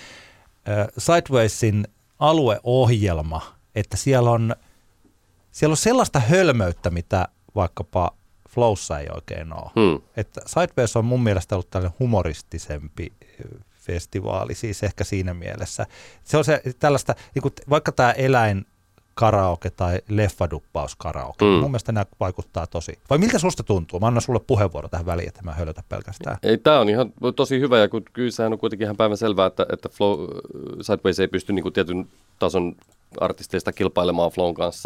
Sidewaysin alueohjelma, että siellä on, siellä on sellaista hölmöyttä, mitä vaikkapa Flowssa ei oikein ole. Hmm. Että Sideways on mun mielestä ollut tällainen humoristisempi festivaali, siis ehkä siinä mielessä. Se on se tällaista, niin kuin vaikka tämä eläin karaoke tai leffaduppaus karaoke. Mm. Mun mielestä nämä vaikuttaa tosi. Vai miltä susta tuntuu? Mä annan sulle puheenvuoro tähän väliin, että mä hölötä pelkästään. Ei, tää on ihan tosi hyvä ja kyllä sehän on kuitenkin ihan päivän selvää, että, että Flow, Sideways ei pysty niin kuin tietyn tason artisteista kilpailemaan Flown kanssa.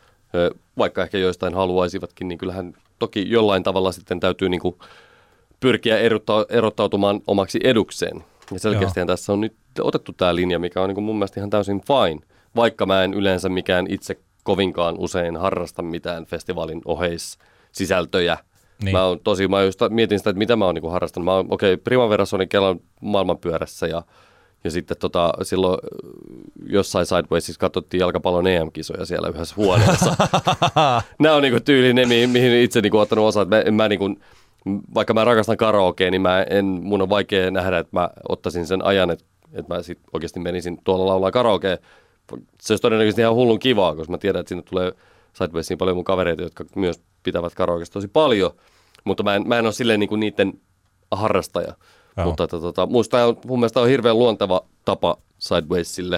Vaikka ehkä joistain haluaisivatkin, niin kyllähän toki jollain tavalla sitten täytyy niin kuin pyrkiä erottaa, erottautumaan omaksi edukseen. Ja selkeästihän tässä on nyt otettu tämä linja, mikä on niin kuin mun mielestä ihan täysin fine. Vaikka mä en yleensä mikään itse kovinkaan usein harrasta mitään festivaalin oheissisältöjä. Niin. Mä, on tosi, mä just mietin sitä, että mitä mä oon niin harrastanut. Mä oon, okei, okay, Primaverassa olin Kelan maailmanpyörässä ja, ja sitten tota, silloin jossain Sidewaysissa katsottiin jalkapallon E M-kisoja siellä yhdessä huoneessa. Nämä on niin kuin tyyli ne, mihin itse niin kuin ottanut osaa. Mä, mä niin kuin, vaikka mä rakastan karaokea, niin mä en, mun on vaikea nähdä, että mä ottaisin sen ajan, että, että mä sit oikeasti menisin tuolla laulaa karaokea. Se olisi todennäköisesti ihan hullun kivaa, koska mä tiedän, että sinne tulee Sidewaysiin paljon mun kavereita, jotka myös pitävät karaokeasta tosi paljon, mutta mä en, mä en ole silleen niinku niiden harrastaja. Joo. Mutta tota, musta on, mun mielestä on hirveän luonteva tapa Sidewaysille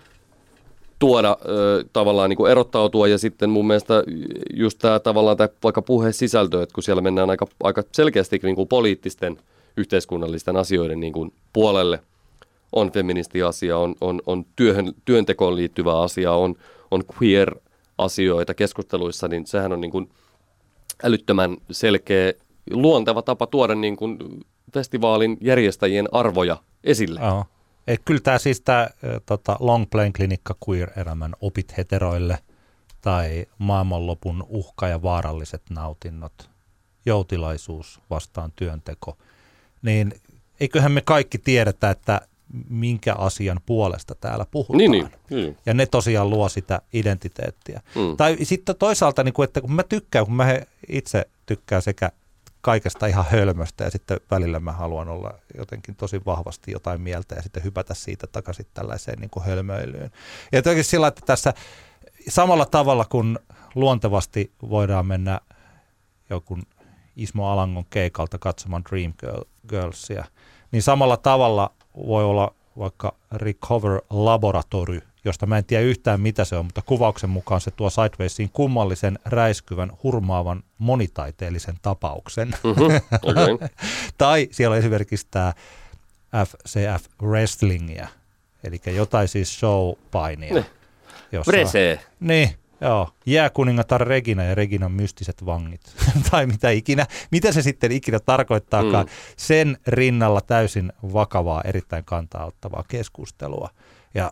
tuoda ö, tavallaan niinku erottautua ja sitten mun mielestä just tämä tavallaan tää vaikka puheen sisältö, että kun siellä mennään aika, aika selkeästi niinku poliittisten yhteiskunnallisten asioiden niinku puolelle, on feministi-asia, on, on, on työhön, työntekoon liittyvä asia, on, on queer-asioita keskusteluissa, niin sehän on niin kuin älyttömän selkeä, luonteva tapa tuoda niin kuin festivaalin järjestäjien arvoja esille. Joo. Et kyllä tämä siis tämä tota, Long Plain Klinikka queer-elämän opit heteroille tai maailmanlopun uhka ja vaaralliset nautinnot, joutilaisuus vastaan työnteko, niin eiköhän me kaikki tiedetä, että minkä asian puolesta täällä puhutaan. Niin, niin, niin. Ja ne tosiaan luo sitä identiteettiä. Mm. Tai sitten toisaalta, niin kuin, että kun mä tykkään, kun mä itse tykkään sekä kaikesta ihan hölmöstä ja sitten välillä mä haluan olla jotenkin tosi vahvasti jotain mieltä ja sitten hypätä siitä takaisin tällaiseen niin kuin hölmöilyyn. Ja toki sillä, että tässä samalla tavalla kun luontevasti voidaan mennä joku Ismo Alangon keikalta katsomaan Dreamgirlsia, niin samalla tavalla voi olla vaikka Recover Laboratory, josta mä en tiedä yhtään mitä se on, mutta kuvauksen mukaan se tuo Sidewaysiin kummallisen, räiskyvän, hurmaavan, monitaiteellisen tapauksen. Mm-hmm. Okay. Tai siellä on esimerkiksi tämä F C F Wrestlingiä, eli jotain siis show-painia. Vrese. Niin, Joo, jääkuningatar Regina ja Reginan mystiset vangit. tai mitä ikinä, mitä se sitten ikinä tarkoittaakaan. Mm. Sen rinnalla täysin vakavaa, erittäin kantaa ottavaa keskustelua. Ja,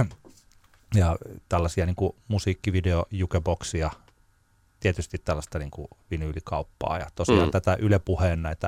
ja tällaisia niin kuin musiikkivideo, jukeboksia, tietysti tällaista niin kuin vinyylikauppaa ja tosiaan mm. tätä Yle Puheen näitä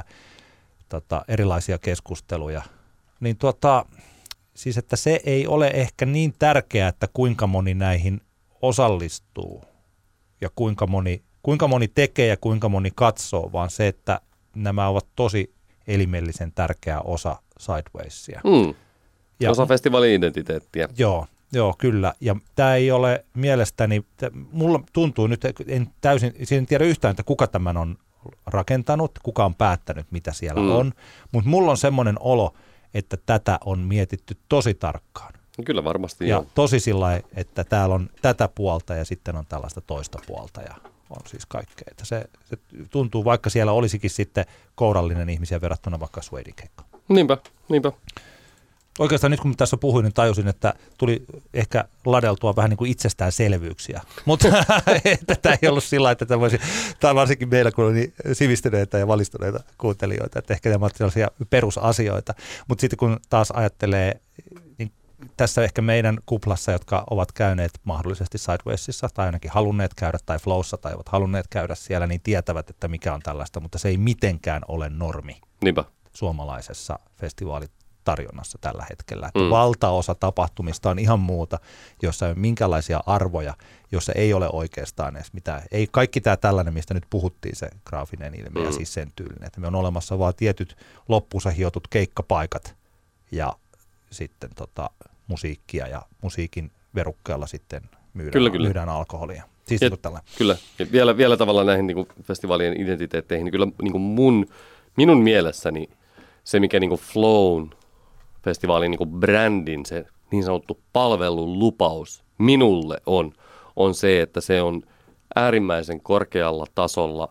tota, erilaisia keskusteluja. Niin tuota, siis että se ei ole ehkä niin tärkeää, että kuinka moni näihin osallistuu ja kuinka moni, kuinka moni tekee ja kuinka moni katsoo, vaan se, että nämä ovat tosi elimellisen tärkeä osa Sidewaysia. Mm. Ja, osa festivaali-identiteettiä. Joo, joo, kyllä. Ja tämä ei ole mielestäni, mulla tuntuu nyt, en täysin, en tiedä yhtään, että kuka tämän on rakentanut, kuka on päättänyt, mitä siellä mm. on, mutta mulla on semmoinen olo, että tätä on mietitty tosi tarkkaan. Kyllä varmasti. Ja joo. tosi sillä että täällä on tätä puolta ja sitten on tällaista toista puolta ja on siis kaikkea. Että se, se tuntuu, vaikka siellä olisikin sitten kourallinen ihmisiä verrattuna vaikka Suedin keikkaan. Niinpä, niinpä. Oikeastaan nyt kun tässä puhuin, niin tajusin, että tuli ehkä ladeltua vähän niin kuin itsestäänselvyyksiä. Mutta että tämä ei ollut sillä, että tämä voisi, tämä on varsinkin meillä, kun on niin sivistyneitä ja valistuneita kuuntelijoita, että ehkä nämä ovat sellaisia perusasioita. Mutta sitten kun taas ajattelee, niin tässä ehkä meidän kuplassa, jotka ovat käyneet mahdollisesti Sidewaysissa tai ainakin halunneet käydä tai Flowssa tai ovat halunneet käydä siellä, niin tietävät, että mikä on tällaista, mutta se ei mitenkään ole normi Niinpä. Suomalaisessa festivaalitarjonnassa tällä hetkellä. Mm. Valtaosa tapahtumista on ihan muuta, jossa ei ole minkälaisia arvoja, jossa ei ole oikeastaan edes mitään. Ei kaikki tämä tällainen, mistä nyt puhuttiin, se graafinen ilmiö mm. ja siis sen tyylinen, että me on olemassa vaan tietyt loppuunsa hiotut keikkapaikat ja sitten tota, musiikkia ja musiikin verukkeella sitten myydään, kyllä, kyllä. myydään alkoholia. Siis ja, niin kyllä. Ja vielä, vielä tavallaan näihin niin kuin festivaalien identiteetteihin, niin kyllä niin kuin mun, minun mielessäni se, mikä niin kuin Flown festivaalin niin kuin brändin, se niin sanottu palvelulupaus minulle on, on se, että se on äärimmäisen korkealla tasolla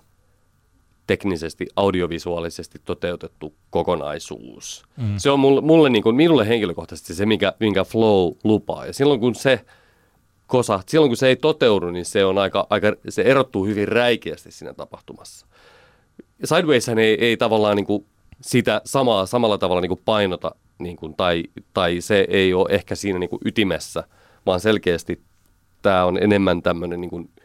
teknisesti, audiovisuaalisesti toteutettu kokonaisuus. Mm. Se on mulle, mulle, niin kuin, minulle henkilökohtaisesti se, mikä, minkä Flow lupaa. Ja silloin kun se kosa, silloin kun se ei toteudu, niin se, on aika, aika, se erottuu hyvin räikeästi siinä tapahtumassa. Sidewayshän ei, ei tavallaan niin kuin sitä samaa, samalla tavalla niin kuin painota, niin kuin, tai, tai se ei ole ehkä siinä niin kuin ytimessä, vaan selkeästi tämä on enemmän tämmöinen niin kuin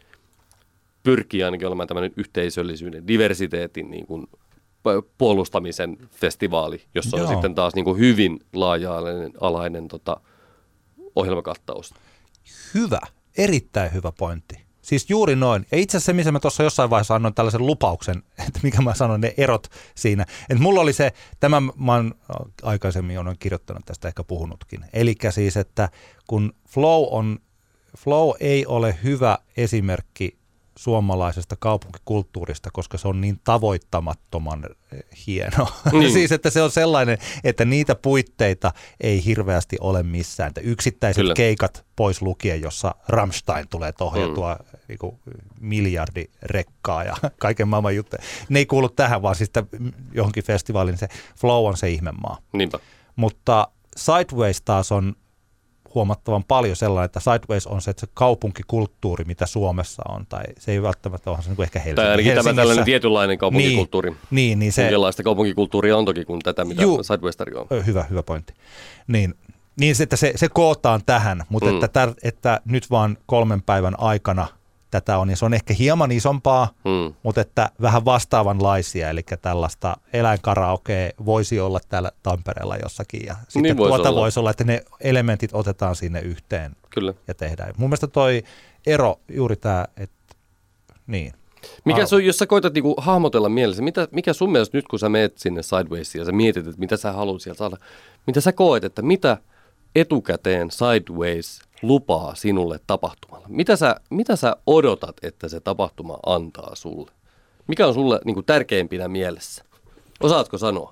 pyrkii ainakin olemaan tämmöinen yhteisöllisyyden, diversiteetin niin kuin puolustamisen festivaali, jossa on Joo. sitten taas niin kuin hyvin laaja-alainen alainen, tota, ohjelmakattaus. Hyvä, erittäin hyvä pointti. Siis juuri noin. Ja itse asiassa se, missä mä tuossa jossain vaiheessa annoin tällaisen lupauksen, että mikä mä sanoin, ne erot siinä. Että mulla oli se, tämä mä oon aikaisemmin olen kirjoittanut tästä, ehkä puhunutkin. Eli siis, että kun Flow on, Flow ei ole hyvä esimerkki suomalaisesta kaupunkikulttuurista, koska se on niin tavoittamattoman hieno. Niin. Siis, että se on sellainen, että niitä puitteita ei hirveästi ole missään. Että yksittäiset Kyllä. keikat pois lukien, jossa Rammstein tulee ohjautua mm. niin kuin miljardi rekkaa ja kaiken maailman juttuja. Ne ei kuulu tähän, vaan siis johonkin festivaaliin. Se Flow on se ihmemaa. Niinpä. Mutta Sideways taas on huomattavan paljon sellainen, että Sideways on se, että se kaupunkikulttuuri, mitä Suomessa on, tai se ei välttämättä ole se niin ehkä Helsingin, tai ainakin Helsingissä. Tämä tällainen tietynlainen kaupunkikulttuuri. Niin, niin, niin se... Jonkinlaista kaupunkikulttuuria on toki kuin tätä, mitä Juu, Sideways tarjoaa. Hyvä, hyvä pointti. Niin, niin se, että se, se kootaan tähän, mutta mm. että, että, että nyt vaan kolmen päivän aikana tätä on, ja se on ehkä hieman isompaa, mm. mutta että vähän vastaavanlaisia, eli tällaista eläinkaraokea voisi olla täällä Tampereella jossakin, ja sitten niin tuota voisi olla. voisi olla, että ne elementit otetaan sinne yhteen Kyllä. ja tehdään. Mun mielestä toi ero, juuri tämä, että niin. Mikä sun, jos sä koetat niinku hahmotella mielessä, mitä, mikä sun mielestä nyt, kun sä meet sinne Sidewaysiin ja sä mietit, että mitä sä haluat sieltä saada, mitä sä koet, että mitä etukäteen Sideways lupaa sinulle tapahtumalla? Mitä sä, mitä sä odotat, että se tapahtuma antaa sulle? Mikä on sulle niin kuin tärkeimpinä mielessä? Osaatko sanoa?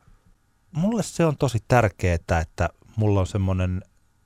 Mulle se on tosi tärkeää, että mulla on semmoinen,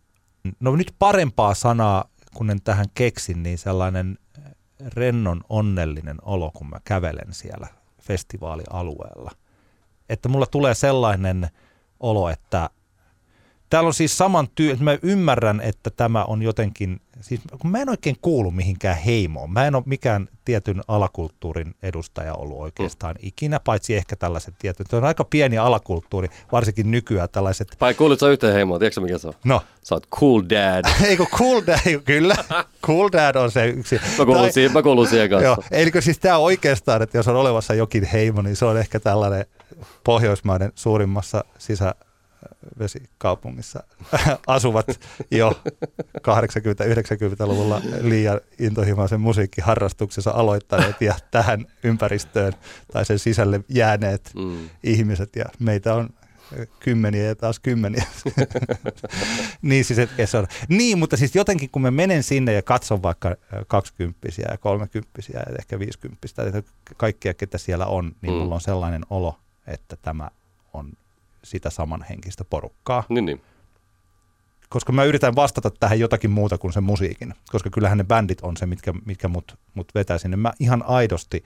no nyt parempaa sanaa, kun en tähän keksin, niin sellainen rennon onnellinen olo, kun mä kävelen siellä festivaalialueella. Että mulla tulee sellainen olo, että täällä on siis saman työ, että mä ymmärrän, että tämä on jotenkin, siis kun mä en oikein kuulu mihinkään heimoon. Mä en ole mikään tietyn alakulttuurin edustaja ollut oikeastaan mm. ikinä, paitsi ehkä tällaiset tietyt. Se on aika pieni alakulttuuri, varsinkin nykyään tällaiset. Vai kuulit sä yhteen heimoon, tiedätkö mikä se on? No. Sä oot cool dad. Eikö cool dad, kyllä. Cool dad on se yksi. Mä kuulun, tai, siihen, mä kuulun siihen kanssa. Joo, elikö siis tää oikeastaan, että jos on olevassa jokin heimo, niin se on ehkä tällainen Pohjoismaiden suurimmassa sisävesikaupungissa asuvat jo kahdeksankymmentä-yhdeksänkymmentäluvulla liian intohimoisen musiikkiharrastuksensa aloittaneet ja tähän ympäristöön tai sen sisälle jääneet mm. ihmiset ja meitä on kymmeniä ja taas kymmeniä. niin, siis, et, on. niin, mutta siis jotenkin kun mä menen sinne ja katson vaikka kaksikymppisiä ja kolmekymppisiä ja ehkä viisikymppistä, kaikkia ketä siellä on, niin mm. mulla on sellainen olo, että tämä on sitä samanhenkistä porukkaa. Niin, niin. Koska mä yritän vastata tähän jotakin muuta kuin sen musiikin, koska kyllähän ne bändit on se, mitkä, mitkä mut, mut vetää sinne. Mä ihan aidosti,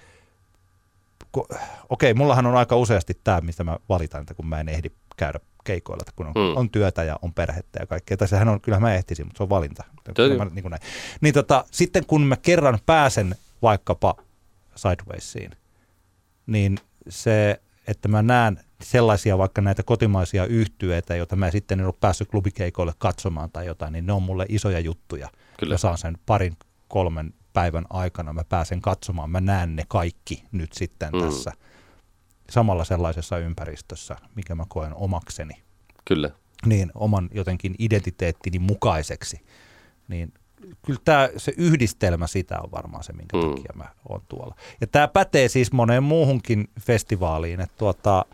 okei, okay, mullahan on aika useasti tämä, mistä mä valitan, että kun mä en ehdi käydä keikoilla, kun on, mm. on työtä ja on perhettä ja kaikkea. Tai sehän on, kyllähän mä ehtisin, mutta se on valinta. Mä, niin kuin näin. Niin tota, sitten kun mä kerran pääsen vaikkapa Sidewaysiin, niin se, että mä näen sellaisia vaikka näitä kotimaisia yhtyeitä, joita mä sitten en ole päässyt klubikeikoille katsomaan tai jotain, niin ne on mulle isoja juttuja. Kyllä. Mä saan sen parin, kolmen päivän aikana, mä pääsen katsomaan, mä näen ne kaikki nyt sitten mm. tässä samalla sellaisessa ympäristössä, mikä mä koen omakseni. Kyllä. Niin, oman jotenkin identiteettini mukaiseksi. Niin kyllä tämä, se yhdistelmä sitä on varmaan se, minkä mm. takia mä oon tuolla. Ja tämä pätee siis moneen muuhunkin festivaaliin, että tuota,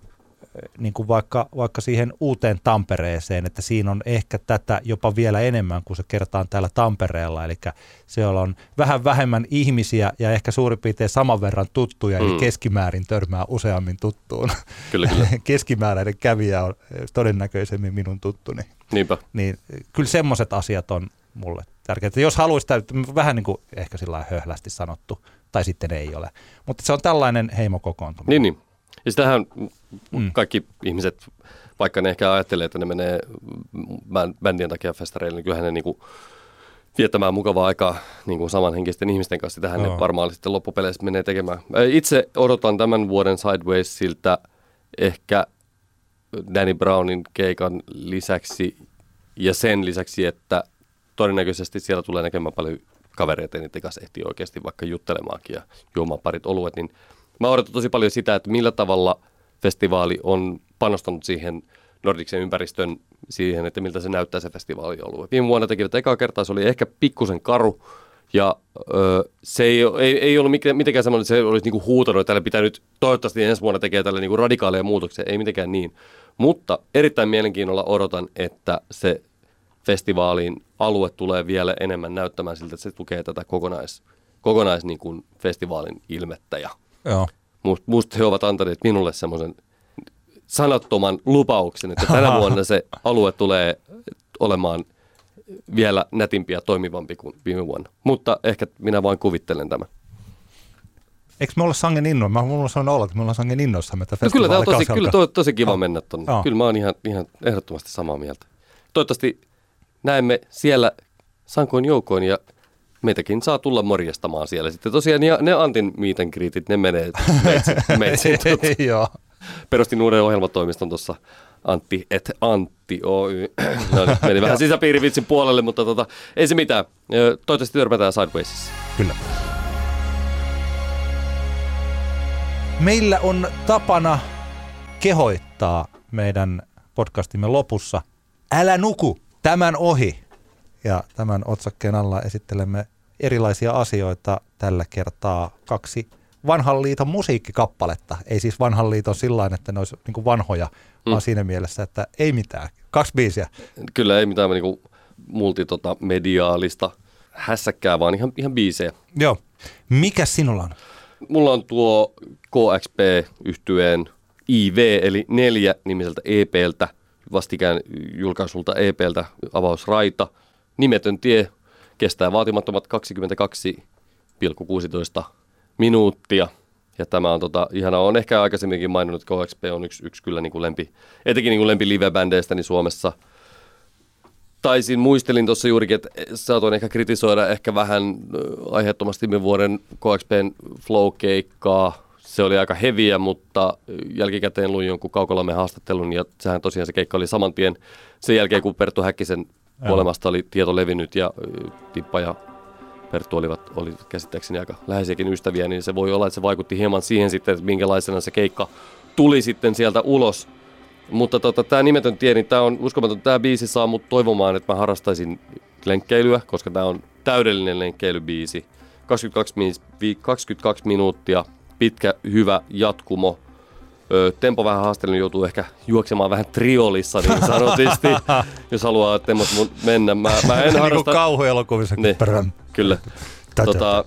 niin kuin vaikka, vaikka siihen uuteen Tampereeseen, että siinä on ehkä tätä jopa vielä enemmän kuin se kertaan täällä Tampereella, eli siellä on vähän vähemmän ihmisiä ja ehkä suurin piirtein saman verran tuttuja, mm. eli keskimäärin törmää useammin tuttuun. Kyllä, kyllä. Keskimääräinen kävijä on todennäköisemmin minun tuttuni. Niinpä. Niin kyllä semmoiset asiat on mulle tärkeää. Jos haluaisi, vähän niin kuin ehkä sillä lailla höhlästi sanottu, tai sitten ei ole. Mutta se on tällainen heimokokoontuminen. Niin, niin. Ja sitähän mm. kaikki ihmiset, vaikka ne ehkä ajattelee, että ne menee bändien takia festareille, niin kyllähän ne niinku viettämään mukavaa aikaa niinku samanhenkisten ihmisten kanssa. Tähän oh. ne varmaan sitten loppupeleissä menee tekemään. Itse odotan tämän vuoden Sidewaysiltä ehkä Danny Brownin keikan lisäksi ja sen lisäksi, että todennäköisesti siellä tulee näkemään paljon kavereita, niiden kanssa ehtii oikeasti vaikka juttelemaankin ja juomaan parit oluet, niin mä odotan tosi paljon sitä, että millä tavalla festivaali on panostanut siihen Nordicsen ympäristön, siihen, että miltä se näyttää se festivaalialue. Viime vuonna tekivät ekaa kertaa, se oli ehkä pikkusen karu, ja ö, se ei, ei, ei ollut mitenkään semmoinen, että se olisi niinku huutanut, että täällä pitää nyt toivottavasti ensi vuonna tekee tällä niinku radikaaleja muutoksia, ei mitenkään niin. Mutta erittäin mielenkiinnolla odotan, että se festivaalin alue tulee vielä enemmän näyttämään siltä, että se tukee tätä kokonais, kokonais niin kuin festivaalin ilmettä. Ja joo. Musta he ovat antaneet minulle semmoisen sanattoman lupauksen, että tänä vuonna se alue tulee olemaan vielä nätimpi ja toimivampi kuin viime vuonna. Mutta ehkä minä vain kuvittelen tämän. Eikö me olla sangen innoissa? Mä mulla on olla, että me ollaan sangen innoissa. No kyllä tämä on tosi, kyllä to, tosi kiva oh. mennä tuonne. Oh. Kyllä mä oon ihan, ihan ehdottomasti samaa mieltä. Toivottavasti näemme siellä sankoin joukoin ja meitäkin saa tulla morjastamaan siellä. Sitten tosiaan ne Antin meet and greetit, ne menee meitsin. Joo. Perustin uuden ohjelmatoimiston tuossa Antti et Antti Oy. No nyt meni vähän sisäpiirivitsin puolelle, mutta tota, ei se mitään. Toivottavasti törmätään Sidewaysissa. Kyllä. Meillä on tapana kehoittaa meidän podcastimme lopussa. Älä nuku, tämän ohi. Ja tämän otsakkeen alla esittelemme erilaisia asioita. Tällä kertaa kaksi Vanhan liiton musiikkikappaletta. Ei siis Vanhan liiton sillain, että ne olisi niin kuin vanhoja, mm. vaan siinä mielessä, että ei mitään. Kaksi biisiä. Kyllä ei mitään niin kuin multimediaalista hässäkkää, vaan ihan, ihan biisejä. Joo. Mikä sinulla on? Mulla on tuo K X P-yhtyeen I V, eli neljä nimiseltä E P:ltä, vastikään julkaisulta E P:ltä Avausraita. Nimetön tie kestää vaatimattomat kaksikymmentäkaksi pilkku kuusitoista minuuttia. Ja tämä on tota, ihana. Olen ehkä aikaisemminkin maininnut, että K X P on yksi, yksi kyllä niin kuin lempi, etenkin niin kuin lempi live-bändeistäni Suomessa. taisin, muistelin tuossa juurikin, että saatoin ehkä kritisoida ehkä vähän aiheettomasti viime vuoden K X P:n Flow-keikkaa. Se oli aika heviä, mutta jälkikäteen luin jonkun Kaukolammen haastattelun ja sehän tosiaan se keikka oli saman tien sen jälkeen, kun Perttu Häkkisen kuolemasta oli tieto levinnyt ja Tippa ja Perttu olivat, olivat käsittääkseni aika läheisiäkin ystäviä, niin se voi olla, että se vaikutti hieman siihen sitten, että minkälaisena se keikka tuli sitten sieltä ulos. Mutta tota, tämä Nimetön tie, niin tämä on uskomaton. Tämä biisi saa mut toivomaan, että mä harrastaisin lenkkeilyä, koska tämä on täydellinen lenkkeilybiisi. kaksikymmentäkaksi minuuttia, pitkä, hyvä jatkumo. Ö, tempo vähän haasteellinen, joutuu ehkä juoksemaan vähän triolissa niin sanotusti, jos haluaa temmot mennä. Mä, mä en harrasta... Niin kuin kauhuelokuvissa. Niin, kyllä. Tota,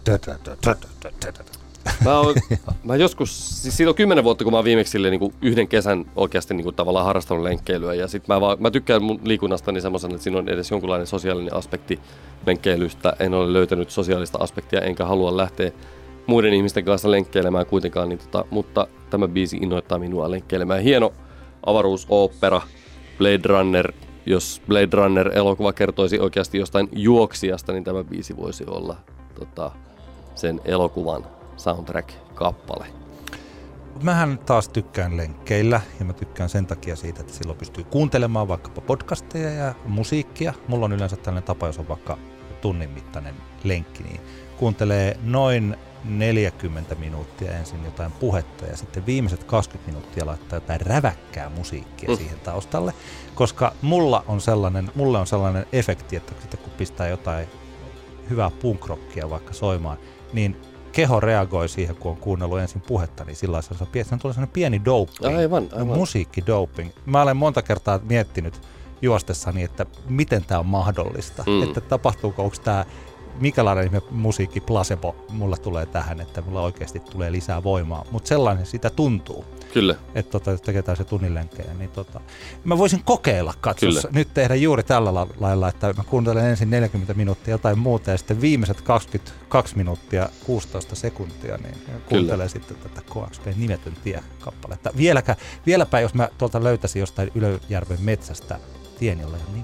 mä, oon, mä joskus, siis siitä on kymmenen vuotta, kun mä oon viimeksi silleen, niin kuin yhden kesän oikeasti niin kuin tavallaan harrastanut lenkkeilyä. Ja sit mä, vaan, mä tykkään mun liikunnastani semmoisen, että siinä on edes jonkunlainen sosiaalinen aspekti lenkkeilystä. En ole löytänyt sosiaalista aspektia, enkä halua lähteä muiden ihmisten kanssa lenkkeilemään kuitenkaan, niin tota, mutta tämä biisi innoittaa minua lenkkeilemään. Hieno avaruusooppera, Blade Runner. Jos Blade Runner-elokuva kertoisi oikeasti jostain juoksijasta, niin tämä biisi voisi olla tota, sen elokuvan soundtrack-kappale. Mähän taas tykkään lenkkeillä ja mä tykkään sen takia siitä, että silloin pystyy kuuntelemaan vaikkapa podcasteja ja musiikkia. Mulla on yleensä tällainen tapa, jos on vaikka tunnin mittainen lenkki, niin kuuntelee noin neljäkymmentä minuuttia ensin jotain puhetta ja sitten viimeiset kaksikymmentä minuuttia laittaa jotain räväkkää musiikkia mm. siihen taustalle, koska mulla on sellainen, mulle on sellainen efekti, että sitten kun pistää jotain hyvää punkrockia vaikka soimaan, niin keho reagoi siihen, kun on kuunnellut ensin puhetta, niin sillä lailla se tulee sellainen pieni doping, aivan, aivan. musiikkidoping. Mä olen monta kertaa miettinyt juostessani, että miten tämä on mahdollista, mm. että tapahtuuko, onko tämä mikälainen ihme musiikki placebo mulla tulee tähän, että mulla oikeasti tulee lisää voimaa, mutta sellainen sitä tuntuu. Kyllä. Että tota, jos tekee se tunnin lenkkejä, niin tota, mä voisin kokeilla katsossa nyt tehdä juuri tällä lailla, että mä kuuntelen ensin neljäkymmentä minuuttia jotain muuta ja sitten viimeiset kaksikymmentäkaksi minuuttia kuusitoista sekuntia, niin kuuntelen Kyllä. sitten tätä K X P Nimetön tie-kappaletta. Vieläkä, vieläpä jos mä tuolta löytäisin jostain Ylöjärven metsästä tien, jolla ei ole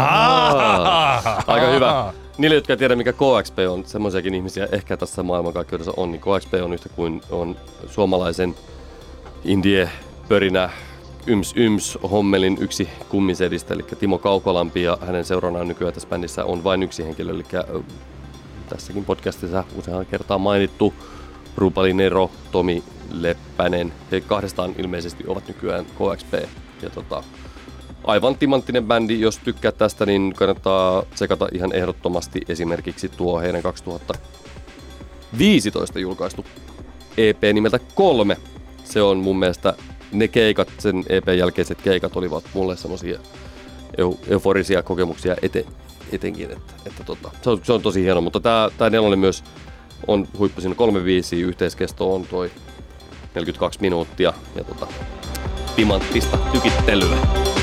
nimeä. Aika hyvä. Niille, jotka ei tiedä, mikä K X P on, semmoisiakin ihmisiä ehkä tässä maailmankaikkeudessa on, niin K X P on yhtä kuin on suomalaisen indie-pörinä yms yms hommelin yksi kummisedistä, eli Timo Kaukolampi, ja hänen seurannaan nykyään tässä bändissä on vain yksi henkilö, eli tässäkin podcastissa useaan kertaan mainittu Rupali Nero, Tomi Leppänen. He kahdestaan ilmeisesti ovat nykyään K X P. Ja tota, aivan timanttinen bändi, jos tykkää tästä, niin kannattaa tsekata ihan ehdottomasti esimerkiksi tuo heidän kaksituhattaviisitoista julkaistu E P nimeltä Kolme. Se on mun mielestä, ne keikat, sen E P:n jälkeiset keikat olivat mulle semmosia eu, euforisia kokemuksia ete, etenkin, että, että tota, se, on, se on tosi hieno, mutta tää, tää nelonen myös on huippu siinä kolme biisiä, yhteiskesto on toi neljäkymmentäkaksi minuuttia ja tota, timanttista tykittelyä.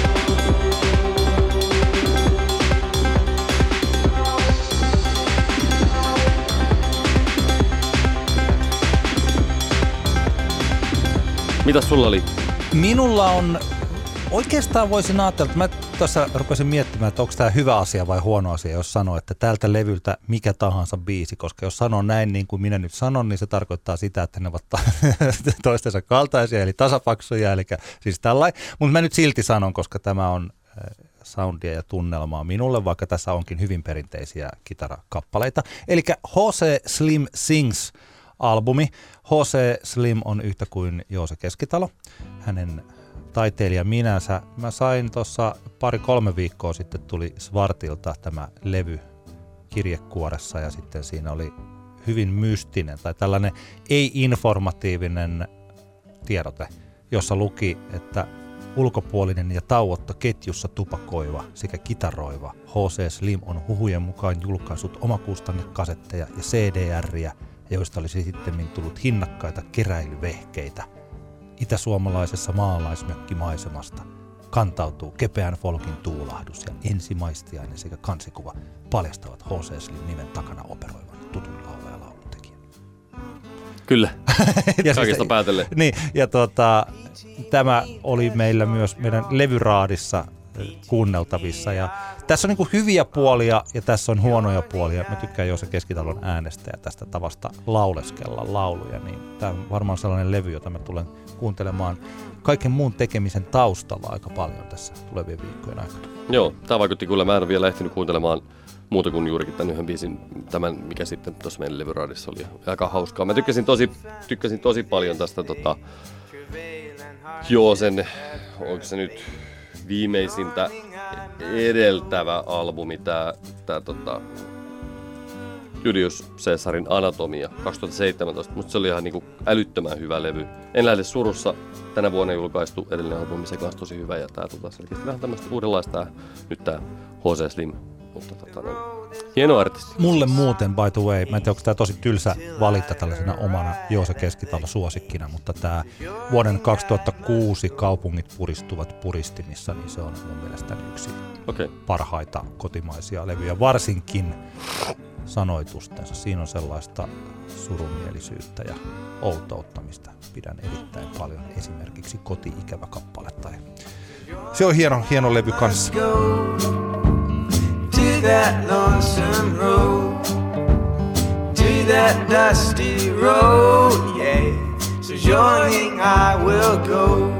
Mitäs sulla oli? Minulla on, oikeastaan voisin ajatella, että mä tuossa rupesin miettimään, että onko tämä hyvä asia vai huono asia, jos sanoo, että tältä levyltä mikä tahansa biisi, koska jos sanoo näin niin kuin minä nyt sanon, niin se tarkoittaa sitä, että ne ovat toistensa kaltaisia, eli tasapaksuja, eli siis tällainen. Mutta mä nyt silti sanon, koska tämä on soundia ja tunnelmaa minulle, vaikka tässä onkin hyvin perinteisiä kitarakappaleita. Eli H C Slim Sings albumi. H C Slim on yhtä kuin Joose Keskitalo. Hänen taiteilija minänsä. Mä sain tuossa pari-kolme viikkoa sitten tuli Svartilta tämä levy kirjekuoressa ja sitten siinä oli hyvin mystinen tai tällainen ei-informatiivinen tiedote, jossa luki, että ulkopuolinen ja tauotta ketjussa tupakoiva sekä kitaroiva H C Slim on huhujen mukaan julkaissut omakustannekasetteja ja C D R:iä, joista olisi sitten tullut hinnakkaita keräilyvehkeitä. Itäsuomalaisessa maalaismökkimaisemasta kantautuu kepeän folkin tuulahdus ja ensimaistiainen sekä kansikuva paljastavat H C Slim nimen takana operoivan tutun laulaja lauluntekijän. Kyllä, ja kaikesta siis, päätellen. Niin, ja tuota, tämä oli meillä myös meidän levyraadissa kuunneltavissa. Ja tässä on niin kuin hyviä puolia ja tässä on huonoja puolia. Mä tykkään Joose Keskitalon äänestä ja tästä tavasta lauleskella lauluja. Niin tämä on varmaan sellainen levy, jota mä tulen kuuntelemaan kaiken muun tekemisen taustalla aika paljon tässä tulevien viikkojen aikana. Joo, tämä vaikutti kyllä. Mä en ole vielä ehtinyt kuuntelemaan muuta kuin juurikin tämän yhden biisin, tämän mikä sitten tuossa meidän levyraadissa oli aika hauskaa. Mä tykkäsin tosi, tykkäsin tosi paljon tästä tota, Joosen, onko se nyt viimeisintä edeltävä albumi, tää, tää tota, Julius Caesarin Anatomia kaksituhattaseitsemäntoista. Musta se oli ihan niinku älyttömän hyvä levy. En lähde surussa. Tänä vuonna julkaistu edellinen albumi, se kanssa tosi hyvä. Ja tää tota, selkeästi vähän tämmöistä uudenlaista tää, nyt tää H C Slim. Mutta tota, no, hieno artisti. Mulle muuten, by the way, mä en tiedä, onko tää tosi tylsä valinta tällaisena omana Joose Keskitalo suosikkina, mutta tää vuoden kaksituhattakuusi Kaupungit puristuvat puristimissa, niin se on mun mielestäni yksi okay. parhaita kotimaisia levyjä, varsinkin sanoitustensa. Siinä on sellaista surumielisyyttä ja outoutta, mistä pidän erittäin paljon. Esimerkiksi Koti-ikävä kappale. Tai se on hieno, hieno levy kanssa. To that lonesome road, to that dusty road, yeah. So journeying I will go.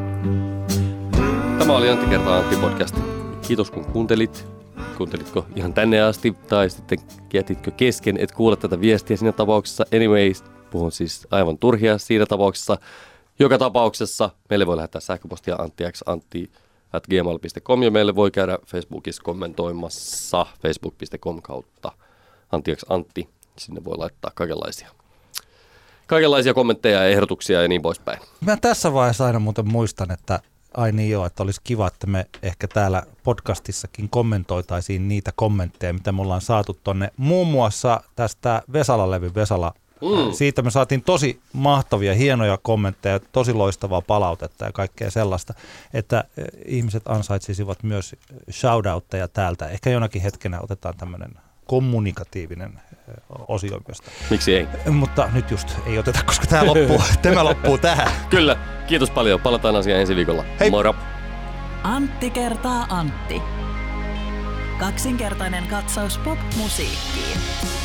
Tämä oli Antti kertaa Antti podcast. Kiitos kun kuuntelit. Kuuntelitko ihan tänne asti tai sitten jätitkö kesken, et kuule tätä viestiä siinä tapauksessa. Anyways, puhun siis aivan turhia siinä tapauksessa. Joka tapauksessa meille voi lähettää sähköpostia anttixantti at gmail piste com ja meille voi käydä Facebookissa kommentoimassa facebook piste com kautta anttixantti. Sinne voi laittaa kaikenlaisia, kaikenlaisia kommentteja ja ehdotuksia ja niin poispäin. Mä tässä vaiheessa aina muuten muistan, että ai niin joo, että olisi kiva, että me ehkä täällä podcastissakin kommentoitaisiin niitä kommentteja, mitä me ollaan saatu tonne. Muun muassa tästä Vesala-levyn Vesala. Mm. Siitä me saatiin tosi mahtavia, hienoja kommentteja, tosi loistavaa palautetta ja kaikkea sellaista, että ihmiset ansaitsisivat myös shoutoutteja täältä. Ehkä jonakin hetkenä otetaan tämmöinen kommunikatiivinen osio myös. Miksi ei? Mutta nyt just ei oteta, koska tämä loppuu, tämä loppuu tähän. Kyllä, kiitos paljon. Palataan asiaan ensi viikolla. Hei! Moro! Antti kertaa Antti. Kaksinkertainen katsaus pop-musiikkiin.